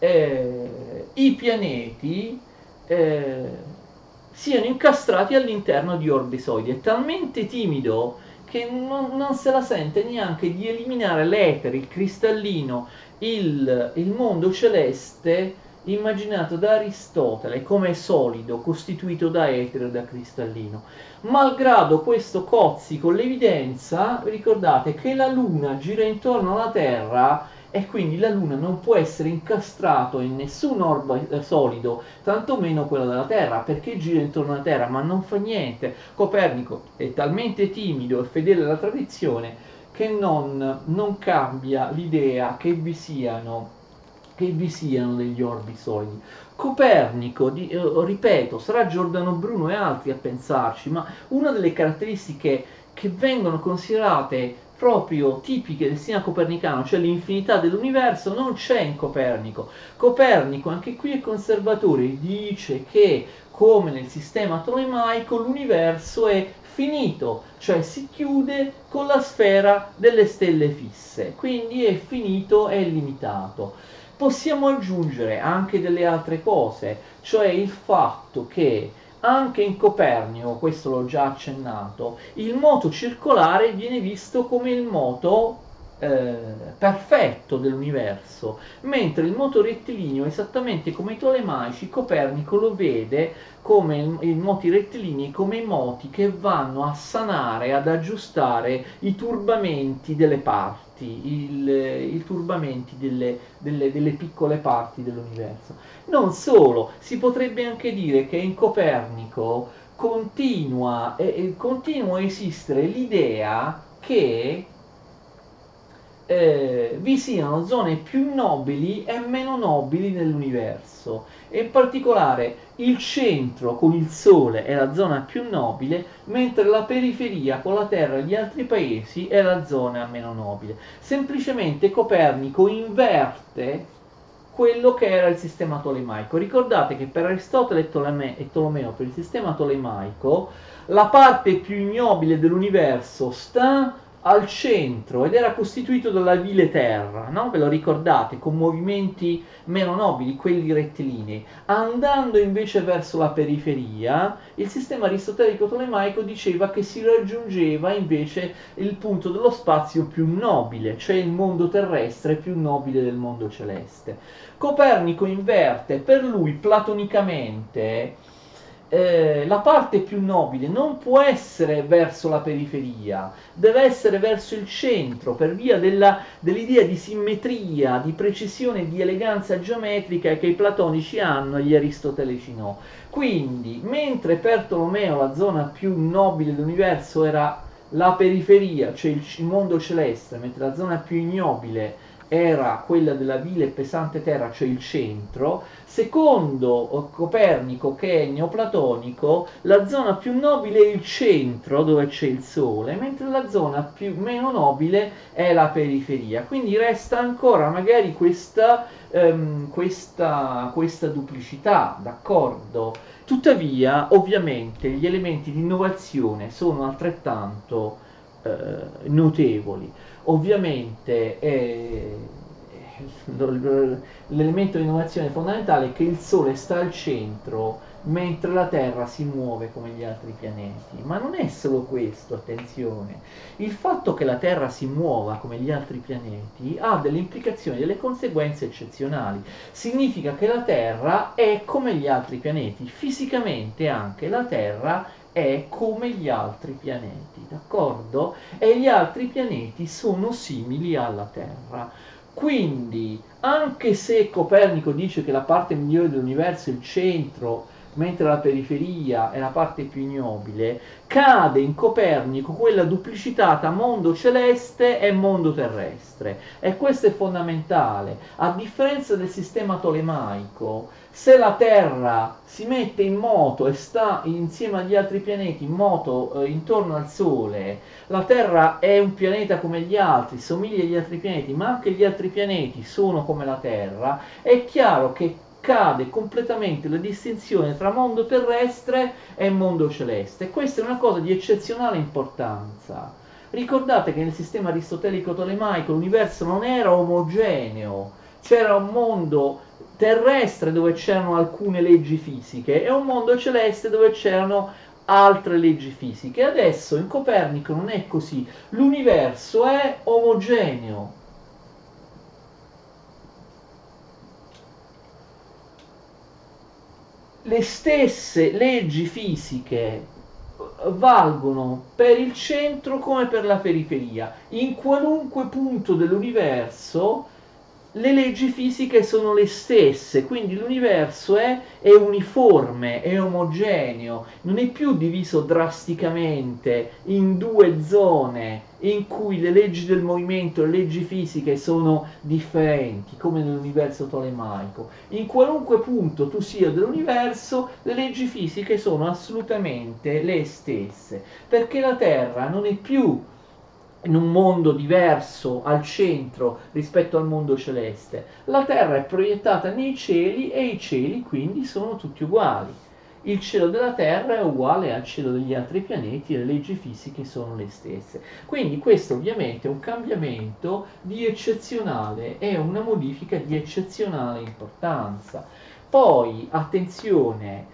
S1: eh, i pianeti eh, siano incastrati all'interno di orbi solidi. È talmente timido che non, non se la sente neanche di eliminare l'etere, il cristallino, il, il mondo celeste immaginato da Aristotele come solido, costituito da etere e da cristallino. Malgrado questo cozzi con l'evidenza, ricordate che la Luna gira intorno alla Terra e quindi la Luna non può essere incastrato in nessun orbo solido, tantomeno quello della Terra, perché gira intorno alla Terra, ma non fa niente. Copernico è talmente timido e fedele alla tradizione che non, non cambia l'idea che vi siano che vi siano degli orbi solidi. Copernico, di, eh, ripeto, sarà Giordano Bruno e altri a pensarci, ma una delle caratteristiche che vengono considerate proprio tipiche del sistema copernicano, cioè l'infinità dell'universo, non c'è in Copernico. Copernico, anche qui è conservatore, dice che come nel sistema tolemaico l'universo è finito, cioè si chiude con la sfera delle stelle fisse, quindi è finito, è limitato. Possiamo aggiungere anche delle altre cose, cioè il fatto che anche in Copernico, questo l'ho già accennato, il moto circolare viene visto come il moto eh, perfetto dell'universo, mentre il moto rettilineo, esattamente come i Tolemaici, Copernico lo vede come il, i moti rettilinei come i moti che vanno a sanare, ad aggiustare i turbamenti delle parti, il, i turbamenti delle, delle, delle piccole parti dell'universo. Non solo, si potrebbe anche dire che in Copernico continua, eh, continua a esistere l'idea che eh, vi siano zone più nobili e meno nobili nell'universo, e in particolare il centro con il Sole è la zona più nobile, mentre la periferia con la Terra e gli altri paesi è la zona meno nobile. Semplicemente Copernico inverte quello che era il sistema tolemaico. Ricordate che per Aristotele e, Tolome- e Tolomeo, per il sistema tolemaico, la parte più ignobile dell'universo sta al centro ed era costituito dalla vile terra, no? Ve lo ricordate? Con movimenti meno nobili, quelli rettilinei. Andando invece verso la periferia, il sistema aristotelico tolemaico diceva che si raggiungeva invece il punto dello spazio più nobile, cioè il mondo terrestre più nobile del mondo celeste. Copernico inverte, per lui platonicamente Eh, la parte più nobile non può essere verso la periferia, deve essere verso il centro, per via della, dell'idea di simmetria, di precisione e di eleganza geometrica che i platonici hanno e gli aristotelici no. Quindi, mentre per Tolomeo la zona più nobile dell'universo era la periferia, cioè il, il mondo celeste, mentre la zona più ignobile era quella della vile e pesante terra, cioè il centro. Secondo Copernico, che è neoplatonico, la zona più nobile è il centro, dove c'è il Sole, mentre la zona più, meno nobile è la periferia. Quindi resta ancora magari questa, ehm, questa, questa duplicità, d'accordo? Tuttavia, ovviamente, gli elementi di innovazione sono altrettanto eh, notevoli. Ovviamente eh, l'elemento di innovazione fondamentale è che il Sole sta al centro mentre la Terra si muove come gli altri pianeti. Ma non è solo questo, attenzione. Il fatto che la Terra si muova come gli altri pianeti ha delle implicazioni, delle conseguenze eccezionali. Significa che la Terra è come gli altri pianeti, fisicamente anche la Terra è come gli altri pianeti, d'accordo? E gli altri pianeti sono simili alla Terra. Quindi, anche se Copernico dice che la parte migliore dell'universo è il centro, mentre la periferia è la parte più ignobile, cade in Copernico quella duplicitata mondo celeste e mondo terrestre. E questo è fondamentale. A differenza del sistema tolemaico, se la Terra si mette in moto e sta insieme agli altri pianeti in moto eh, intorno al Sole, la Terra è un pianeta come gli altri, somiglia agli altri pianeti, ma anche gli altri pianeti sono come la Terra, è chiaro che cade completamente la distinzione tra mondo terrestre e mondo celeste. Questa è una cosa di eccezionale importanza. Ricordate che nel sistema aristotelico tolemaico l'universo non era omogeneo, c'era un mondo terrestre dove c'erano alcune leggi fisiche e un mondo celeste dove c'erano altre leggi fisiche. Adesso in Copernico non è così, l'universo è omogeneo. Le stesse leggi fisiche valgono per il centro come per la periferia. In qualunque punto dell'universo le leggi fisiche sono le stesse, quindi l'universo è, è uniforme, è omogeneo, non è più diviso drasticamente in due zone in cui le leggi del movimento e le leggi fisiche sono differenti, come nell'universo tolemaico. In qualunque punto tu sia dell'universo, le leggi fisiche sono assolutamente le stesse, perché la Terra non è più in un mondo diverso al centro rispetto al mondo celeste. La Terra è proiettata nei cieli e i cieli quindi sono tutti uguali. Il cielo della Terra è uguale al cielo degli altri pianeti e le leggi fisiche sono le stesse. Quindi questo ovviamente è un cambiamento di eccezionale, è una modifica di eccezionale importanza. Poi, attenzione,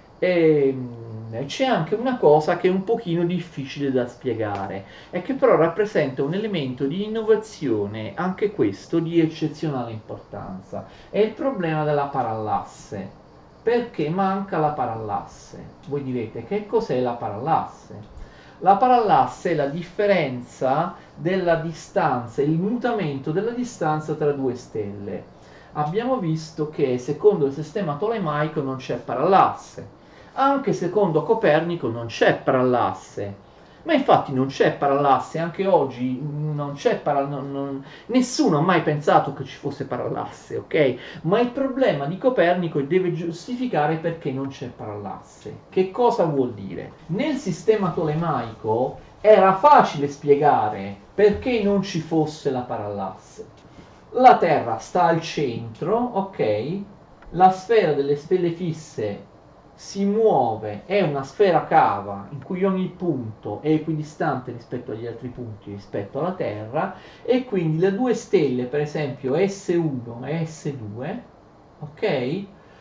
S1: ehm, c'è anche una cosa che è un pochino difficile da spiegare e che però rappresenta un elemento di innovazione, anche questo di eccezionale importanza. È il problema della parallasse. Perché manca la parallasse? Voi direte, che cos'è la parallasse? La parallasse è la differenza della distanza, il mutamento della distanza tra due stelle. Abbiamo visto che secondo il sistema tolemaico non c'è parallasse, anche secondo Copernico non c'è parallasse. Ma infatti non c'è parallasse, anche oggi non c'è parallasse, nessuno ha mai pensato che ci fosse parallasse, ok? Ma il problema di Copernico deve giustificare perché non c'è parallasse. Che cosa vuol dire? Nel sistema tolemaico era facile spiegare perché non ci fosse la parallasse. La Terra sta al centro, ok? La sfera delle stelle fisse si muove, è una sfera cava in cui ogni punto è equidistante rispetto agli altri punti rispetto alla Terra, e quindi le due stelle, per esempio S uno e S due, ok?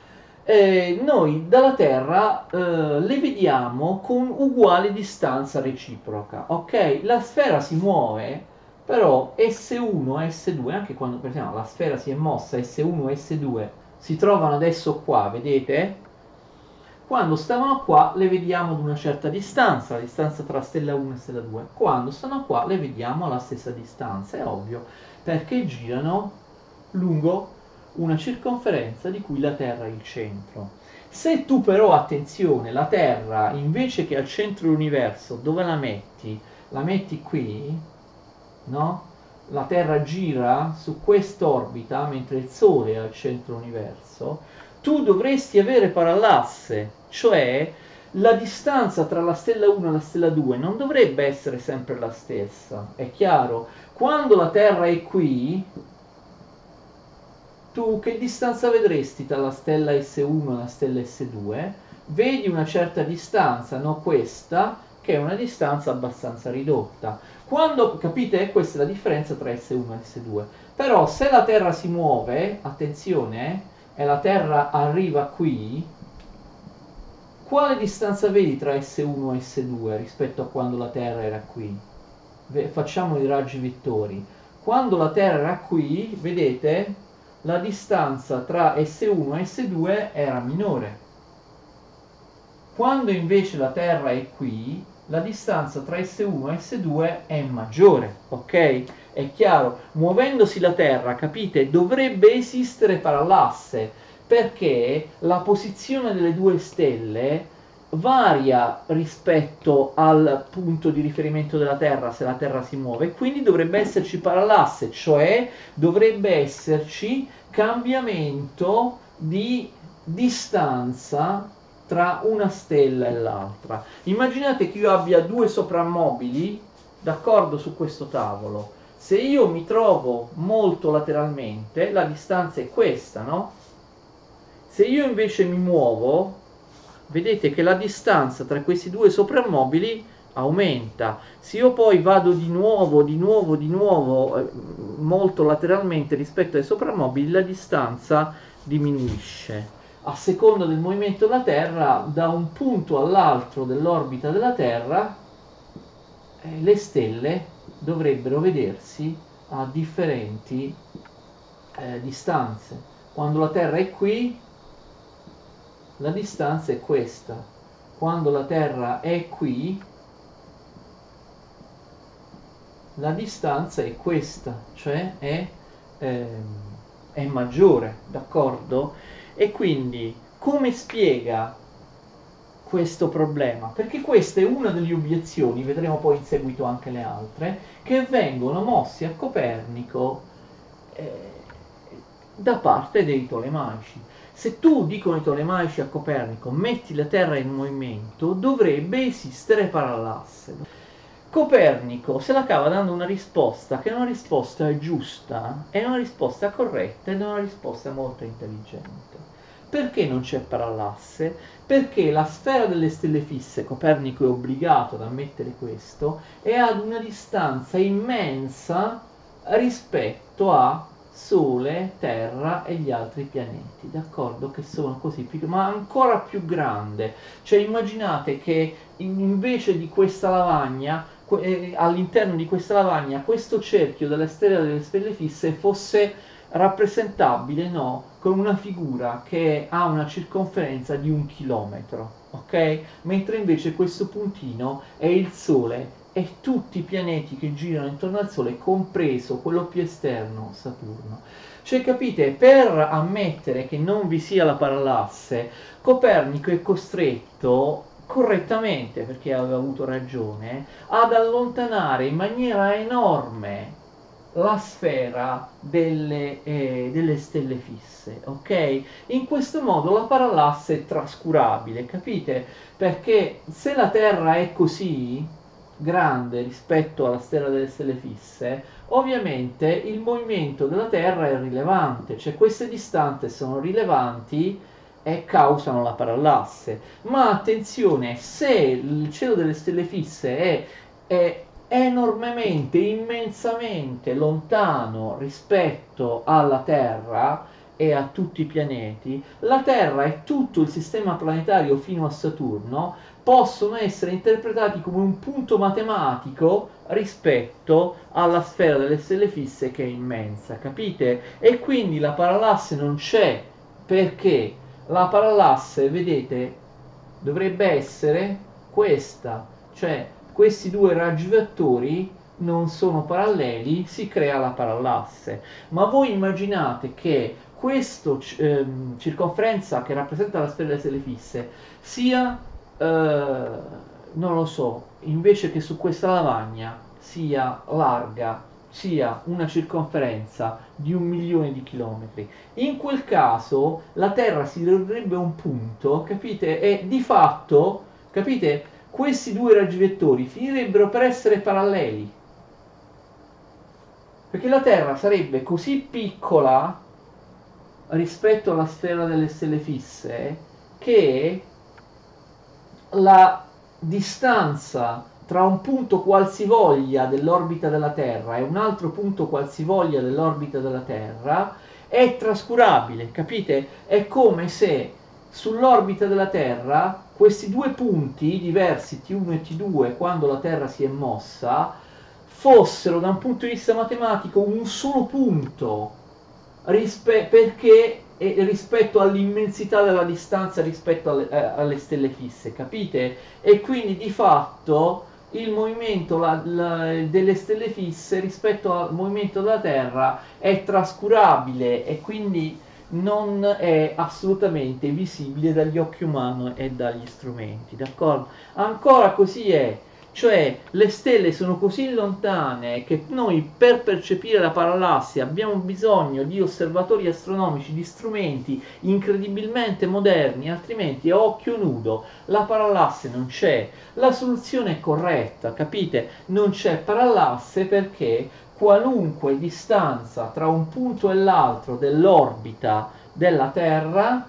S1: Eh, noi dalla Terra eh, le vediamo con uguale distanza reciproca, ok? La sfera si muove, però S uno e S due, anche quando per esempio la sfera si è mossa, S uno e S due si trovano adesso qua, vedete? Quando stavano qua le vediamo ad una certa distanza, la distanza tra stella uno e stella due. Quando stanno qua le vediamo alla stessa distanza, è ovvio, perché girano lungo una circonferenza di cui la Terra è il centro. Se tu però, attenzione, la Terra invece che al centro dell'universo, dove la metti? La metti qui, no? la Terra gira su quest'orbita mentre il Sole è al centro universo, tu dovresti avere parallasse, cioè la distanza tra la stella uno e la stella due non dovrebbe essere sempre la stessa, è chiaro? Quando la Terra è qui, tu che distanza vedresti tra la stella S uno e la stella S due? Vedi una certa distanza, no questa, che è una distanza abbastanza ridotta. Quando, capite, questa è la differenza tra S uno e S due. Però se la Terra si muove, attenzione, e la Terra arriva qui, quale distanza vedi tra S uno e S due rispetto a quando la Terra era qui? Facciamo i raggi vettori. Quando la Terra era qui, vedete, la distanza tra S uno e S due era minore. Quando invece la Terra è qui, la distanza tra S uno e S due è maggiore, ok? È chiaro, muovendosi la Terra, capite, dovrebbe esistere parallasse, perché la posizione delle due stelle varia rispetto al punto di riferimento della Terra se la Terra si muove, quindi dovrebbe esserci parallasse, cioè dovrebbe esserci cambiamento di distanza tra una stella e l'altra. Immaginate che io abbia due soprammobili, d'accordo, su questo tavolo. Se io mi trovo molto lateralmente, la distanza è questa, no? Se io invece mi muovo, vedete che la distanza tra questi due soprammobili aumenta. Se io poi vado di nuovo, di nuovo, di nuovo, eh, molto lateralmente rispetto ai soprammobili, la distanza diminuisce. A seconda del movimento della Terra, da un punto all'altro dell'orbita della Terra, eh, le stelle dovrebbero vedersi a differenti eh, distanze. Quando la Terra è qui, la distanza è questa. Quando la Terra è qui, la distanza è questa, cioè è, ehm, è maggiore, d'accordo? E quindi come spiega questo problema? Perché questa è una delle obiezioni, vedremo poi in seguito anche le altre, che vengono mosse a Copernico eh, da parte dei Tolemaici. Se tu, dicono i Tolemaici a Copernico, metti la Terra in movimento, dovrebbe esistere parallasse. Copernico se la cava dando una risposta che è una risposta giusta, è una risposta corretta ed è una risposta molto intelligente. Perché non c'è parallasse? Perché la sfera delle stelle fisse, Copernico è obbligato ad ammettere questo, è ad una distanza immensa rispetto a Sole, Terra e gli altri pianeti, d'accordo? Che sono così piccoli, ma ancora più grande. Cioè immaginate che invece di questa lavagna, all'interno di questa lavagna, questo cerchio della stella delle stelle fisse fosse rappresentabile, no, con una figura che ha una circonferenza di un chilometro, ok? Mentre invece questo puntino è il Sole e tutti i pianeti che girano intorno al Sole, compreso quello più esterno, Saturno. Cioè, capite, per ammettere che non vi sia la parallasse, Copernico è costretto, correttamente, perché aveva avuto ragione, ad allontanare in maniera enorme la sfera delle, eh, delle stelle fisse, ok? In questo modo la parallasse è trascurabile, capite? Perché se la Terra è così grande rispetto alla stella delle stelle fisse, ovviamente il movimento della Terra è rilevante, cioè queste distanze sono rilevanti e causano la parallasse. Ma attenzione, se il cielo delle stelle fisse è, è enormemente, immensamente lontano rispetto alla Terra e a tutti i pianeti, la Terra e tutto il sistema planetario fino a Saturno possono essere interpretati come un punto matematico rispetto alla sfera delle stelle fisse che è immensa, capite? E quindi la parallasse non c'è, perché la parallasse, vedete, dovrebbe essere questa, cioè questi due raggi vettori non sono paralleli, si crea la parallasse. Ma voi immaginate che questa ehm, circonferenza che rappresenta la sfera delle stelle fisse sia, eh, non lo so, invece che su questa lavagna sia larga sia una circonferenza di un milione di chilometri. In quel caso la Terra si ridurrebbe a un punto, capite? E di fatto, capite, questi due raggi vettori finirebbero per essere paralleli. Perché la Terra sarebbe così piccola rispetto alla sfera delle stelle fisse che la distanza tra un punto qualsivoglia dell'orbita della Terra e un altro punto qualsivoglia dell'orbita della Terra è trascurabile, capite? È come se sull'orbita della Terra questi due punti diversi T uno e T due, quando la Terra si è mossa, fossero da un punto di vista matematico un solo punto, rispe- perché eh, rispetto all'immensità della distanza rispetto alle, eh, alle stelle fisse, capite? E quindi di fatto il movimento la, la, delle stelle fisse rispetto al movimento della Terra è trascurabile e quindi non è assolutamente visibile dagli occhi umani e dagli strumenti, d'accordo? Ancora così è, cioè le stelle sono così lontane che noi per percepire la parallassi abbiamo bisogno di osservatori astronomici, di strumenti incredibilmente moderni, altrimenti a occhio nudo la parallasse non c'è. La soluzione è corretta, capite? Non c'è parallasse perché qualunque distanza tra un punto e l'altro dell'orbita della Terra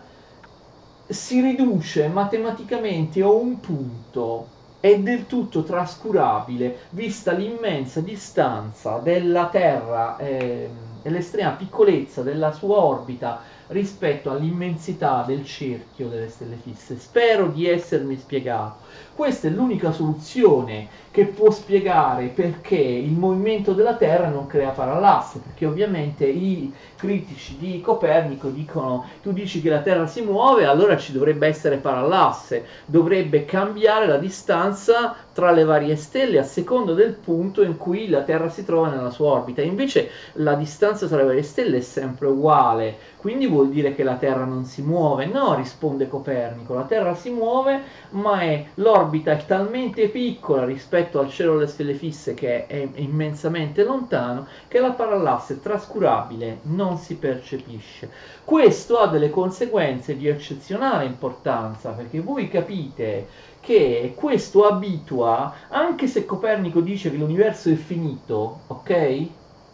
S1: si riduce matematicamente a un punto, è del tutto trascurabile vista l'immensa distanza della Terra eh, e l'estrema piccolezza della sua orbita rispetto all'immensità del cerchio delle stelle fisse. Spero di essermi spiegato. Questa è l'unica soluzione che può spiegare perché il movimento della Terra non crea parallasse, perché ovviamente i critici di Copernico dicono: tu dici che la Terra si muove, allora ci dovrebbe essere parallasse, dovrebbe cambiare la distanza tra le varie stelle a seconda del punto in cui la Terra si trova nella sua orbita. Invece la distanza tra le varie stelle è sempre uguale, quindi vuol dire che la Terra non si muove. No, risponde Copernico, la Terra si muove, ma è, l'orbita è talmente piccola rispetto al cielo delle stelle fisse, che è immensamente lontano, che la parallasse è trascurabile, non si percepisce. Questo ha delle conseguenze di eccezionale importanza, perché voi capite che questo abitua, anche se Copernico dice che l'universo è finito, ok?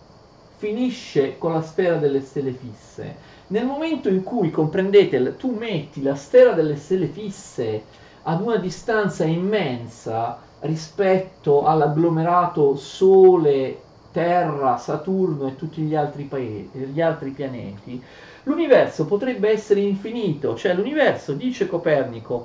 S1: Finisce con la sfera delle stelle fisse. Nel momento in cui, comprendete, tu metti la sfera delle stelle fisse ad una distanza immensa rispetto all'agglomerato Sole, Terra, Saturno e tutti gli altri, paesi, gli altri pianeti, l'universo potrebbe essere infinito, cioè l'universo, dice Copernico,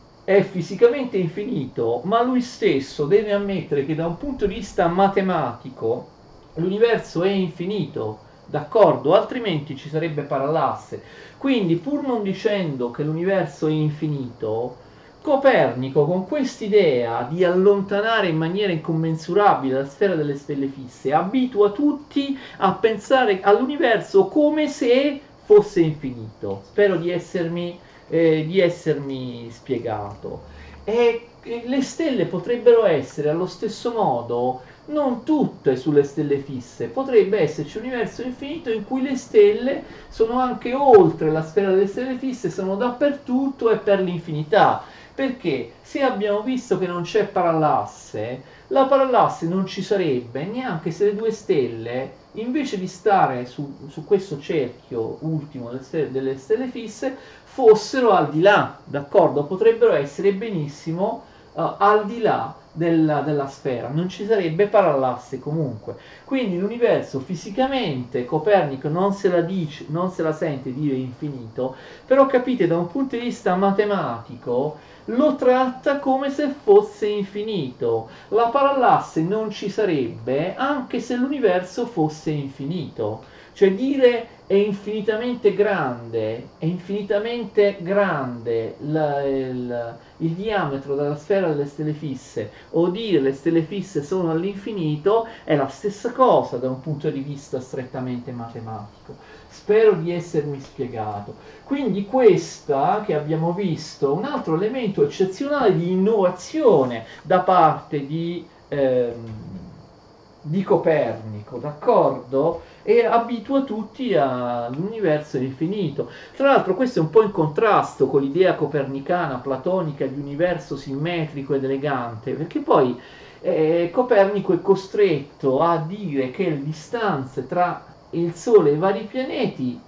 S1: è fisicamente infinito, ma lui stesso deve ammettere che da un punto di vista matematico l'universo è infinito, d'accordo? Altrimenti ci sarebbe parallasse. Quindi, pur non dicendo che l'universo è infinito, Copernico, con quest'idea di allontanare in maniera incommensurabile la sfera delle stelle fisse, abitua tutti a pensare all'universo come se fosse infinito. Spero di essermi, eh, di essermi spiegato. E le stelle potrebbero essere allo stesso modo non tutte sulle stelle fisse, potrebbe esserci un universo infinito in cui le stelle sono anche oltre la sfera delle stelle fisse, sono dappertutto e per l'infinità. Perché se abbiamo visto che non c'è parallasse, la parallasse non ci sarebbe neanche se le due stelle, invece di stare su, su questo cerchio ultimo delle stelle, delle stelle fisse, fossero al di là, d'accordo? Potrebbero essere benissimo uh, al di là della, della sfera, non ci sarebbe parallasse comunque. Quindi l'universo fisicamente, Copernico non se la dice, non se la sente dire infinito, però capite, da un punto di vista matematico lo tratta come se fosse infinito. La parallasse non ci sarebbe anche se l'universo fosse infinito. Cioè dire è infinitamente grande, è infinitamente grande la, il, il diametro della sfera delle stelle fisse, o dire le stelle fisse sono all'infinito, è la stessa cosa da un punto di vista strettamente matematico. Spero di essermi spiegato. Quindi questa che abbiamo visto, un altro elemento eccezionale di innovazione da parte di, ehm, di Copernico, d'accordo? E abitua tutti all'universo infinito. Tra l'altro questo è un po' in contrasto con l'idea copernicana, platonica di universo simmetrico ed elegante, perché poi eh, Copernico è costretto a dire che le distanze tra il Sole e i vari pianeti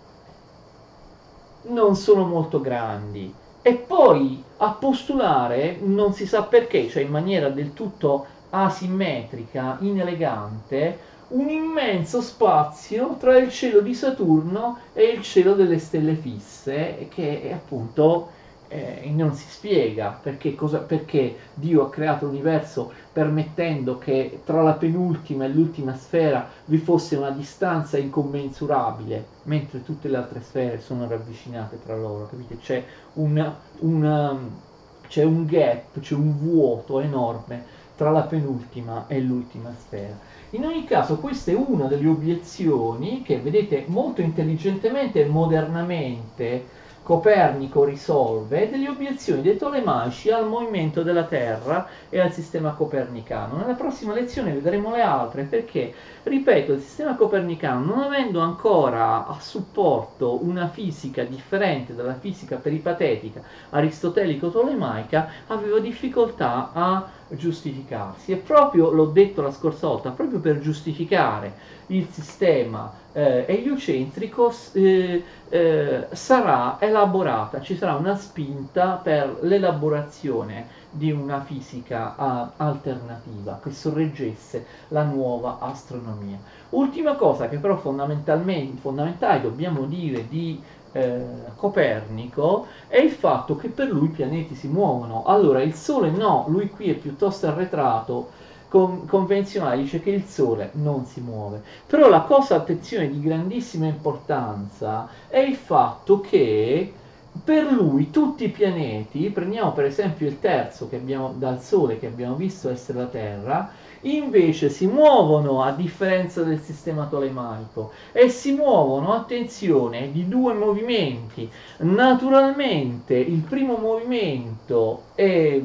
S1: non sono molto grandi, e poi a postulare, non si sa perché, cioè in maniera del tutto asimmetrica, inelegante, un immenso spazio tra il cielo di Saturno e il cielo delle stelle fisse, che è appunto eh, non si spiega perché, cosa, perché Dio ha creato l'universo permettendo che tra la penultima e l'ultima sfera vi fosse una distanza incommensurabile, mentre tutte le altre sfere sono ravvicinate tra loro, capite? C'è un, un, c'è un gap, c'è un vuoto enorme tra la penultima e l'ultima sfera. In ogni caso questa è una delle obiezioni che, vedete, molto intelligentemente e modernamente Copernico risolve, delle obiezioni dei Tolemaici al movimento della Terra e al sistema copernicano. Nella prossima lezione vedremo le altre, perché, ripeto, il sistema copernicano, non avendo ancora a supporto una fisica differente dalla fisica peripatetica aristotelico-tolemaica, aveva difficoltà a giustificarsi. E proprio, l'ho detto la scorsa volta, proprio per giustificare il sistema eh, eliocentrico eh, eh, sarà elaborata, ci sarà una spinta per l'elaborazione di una fisica uh, alternativa che sorreggesse la nuova astronomia. Ultima cosa che però fondamentalmente fondamentale dobbiamo dire di eh, Copernico è il fatto che per lui i pianeti si muovono. Allora il Sole no, lui qui è piuttosto arretrato, con, convenzionale, dice che il Sole non si muove. Però la cosa, attenzione, di grandissima importanza è il fatto che per lui tutti i pianeti, prendiamo per esempio il terzo che abbiamo dal Sole, che abbiamo visto essere la Terra, invece si muovono, a differenza del sistema tolemaico, e si muovono, attenzione, di due movimenti. Naturalmente il primo movimento è,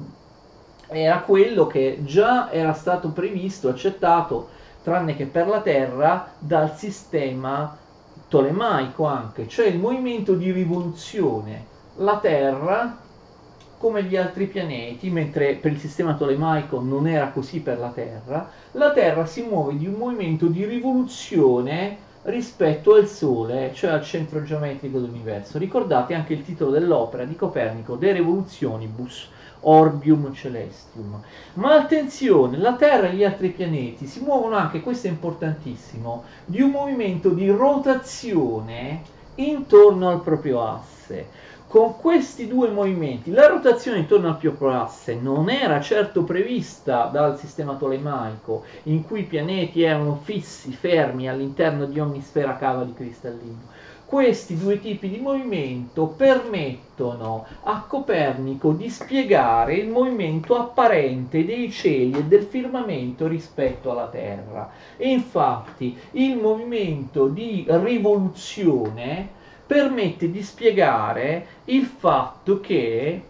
S1: era quello che già era stato previsto, accettato, tranne che per la Terra, dal sistema tolemaico anche, cioè il movimento di rivoluzione. La Terra, come gli altri pianeti, mentre per il sistema tolemaico non era così per la Terra, la Terra si muove di un movimento di rivoluzione rispetto al Sole, cioè al centro geometrico dell'universo. Ricordate anche il titolo dell'opera di Copernico, De Revolutionibus Orbium Celestium. Ma attenzione, la Terra e gli altri pianeti si muovono anche, questo è importantissimo, di un movimento di rotazione intorno al proprio asse. Con questi due movimenti, la rotazione intorno al proprio asse non era certo prevista dal sistema tolemaico, in cui i pianeti erano fissi, fermi all'interno di ogni sfera cava di cristallino. Questi due tipi di movimento permettono a Copernico di spiegare il movimento apparente dei cieli e del firmamento rispetto alla Terra. E infatti il movimento di rivoluzione permette di spiegare il fatto che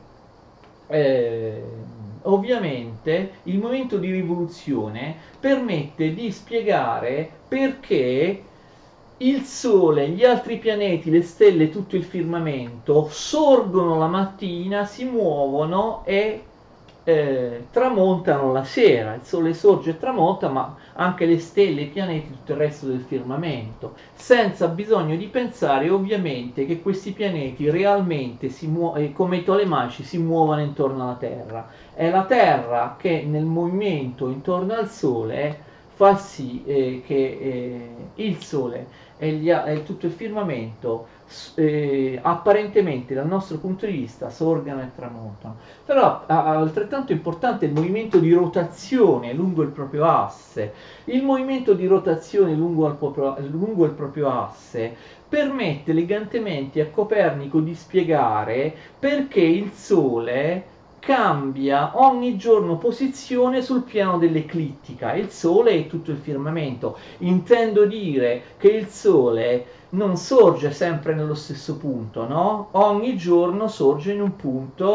S1: eh, ovviamente il movimento di rivoluzione permette di spiegare perché il Sole, gli altri pianeti, le stelle, tutto il firmamento sorgono la mattina, si muovono e eh, tramontano la sera. Il Sole sorge e tramonta, ma anche le stelle, i pianeti, tutto il resto del firmamento, senza bisogno di pensare ovviamente che questi pianeti realmente si muovono, come i Tolemaici, si muovono intorno alla Terra. È la Terra che nel movimento intorno al Sole fa sì eh, che eh, il Sole e, gli, e tutto il firmamento eh, apparentemente dal nostro punto di vista sorgano e tramontano. Però altrettanto importante è il movimento di rotazione lungo il proprio asse. Il movimento di rotazione lungo il proprio, lungo il proprio asse permette elegantemente a Copernico di spiegare perché il Sole cambia ogni giorno posizione sul piano dell'eclittica. Il Sole è tutto il firmamento. Intendo dire che il Sole non sorge sempre nello stesso punto, no? Ogni giorno sorge in un punto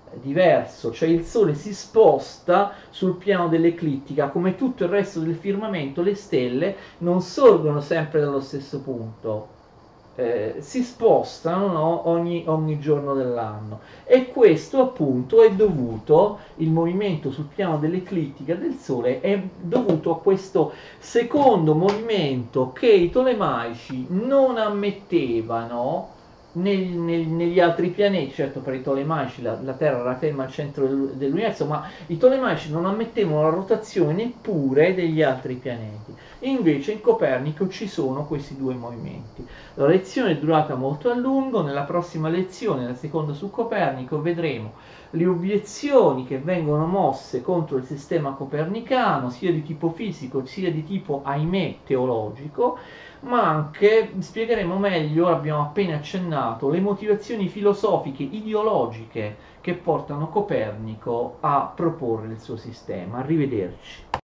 S1: diverso, cioè il Sole si sposta sul piano dell'eclittica, come tutto il resto del firmamento, le stelle non sorgono sempre dallo stesso punto, eh, si spostano, no, ogni, ogni giorno dell'anno, e questo appunto è dovuto, il movimento sul piano dell'eclittica del Sole è dovuto a questo secondo movimento che i Tolemaici non ammettevano nel, nel, negli altri pianeti. Certo, per i Tolemaici la, la Terra era ferma al centro del, dell'universo, ma i Tolemaici non ammettevano la rotazione neppure degli altri pianeti. Invece in Copernico ci sono questi due movimenti. La lezione è durata molto a lungo, nella prossima lezione, la seconda su Copernico, vedremo le obiezioni che vengono mosse contro il sistema copernicano, sia di tipo fisico sia di tipo, ahimè, teologico, ma anche spiegheremo meglio, abbiamo appena accennato, le motivazioni filosofiche, ideologiche che portano Copernico a proporre il suo sistema. Arrivederci.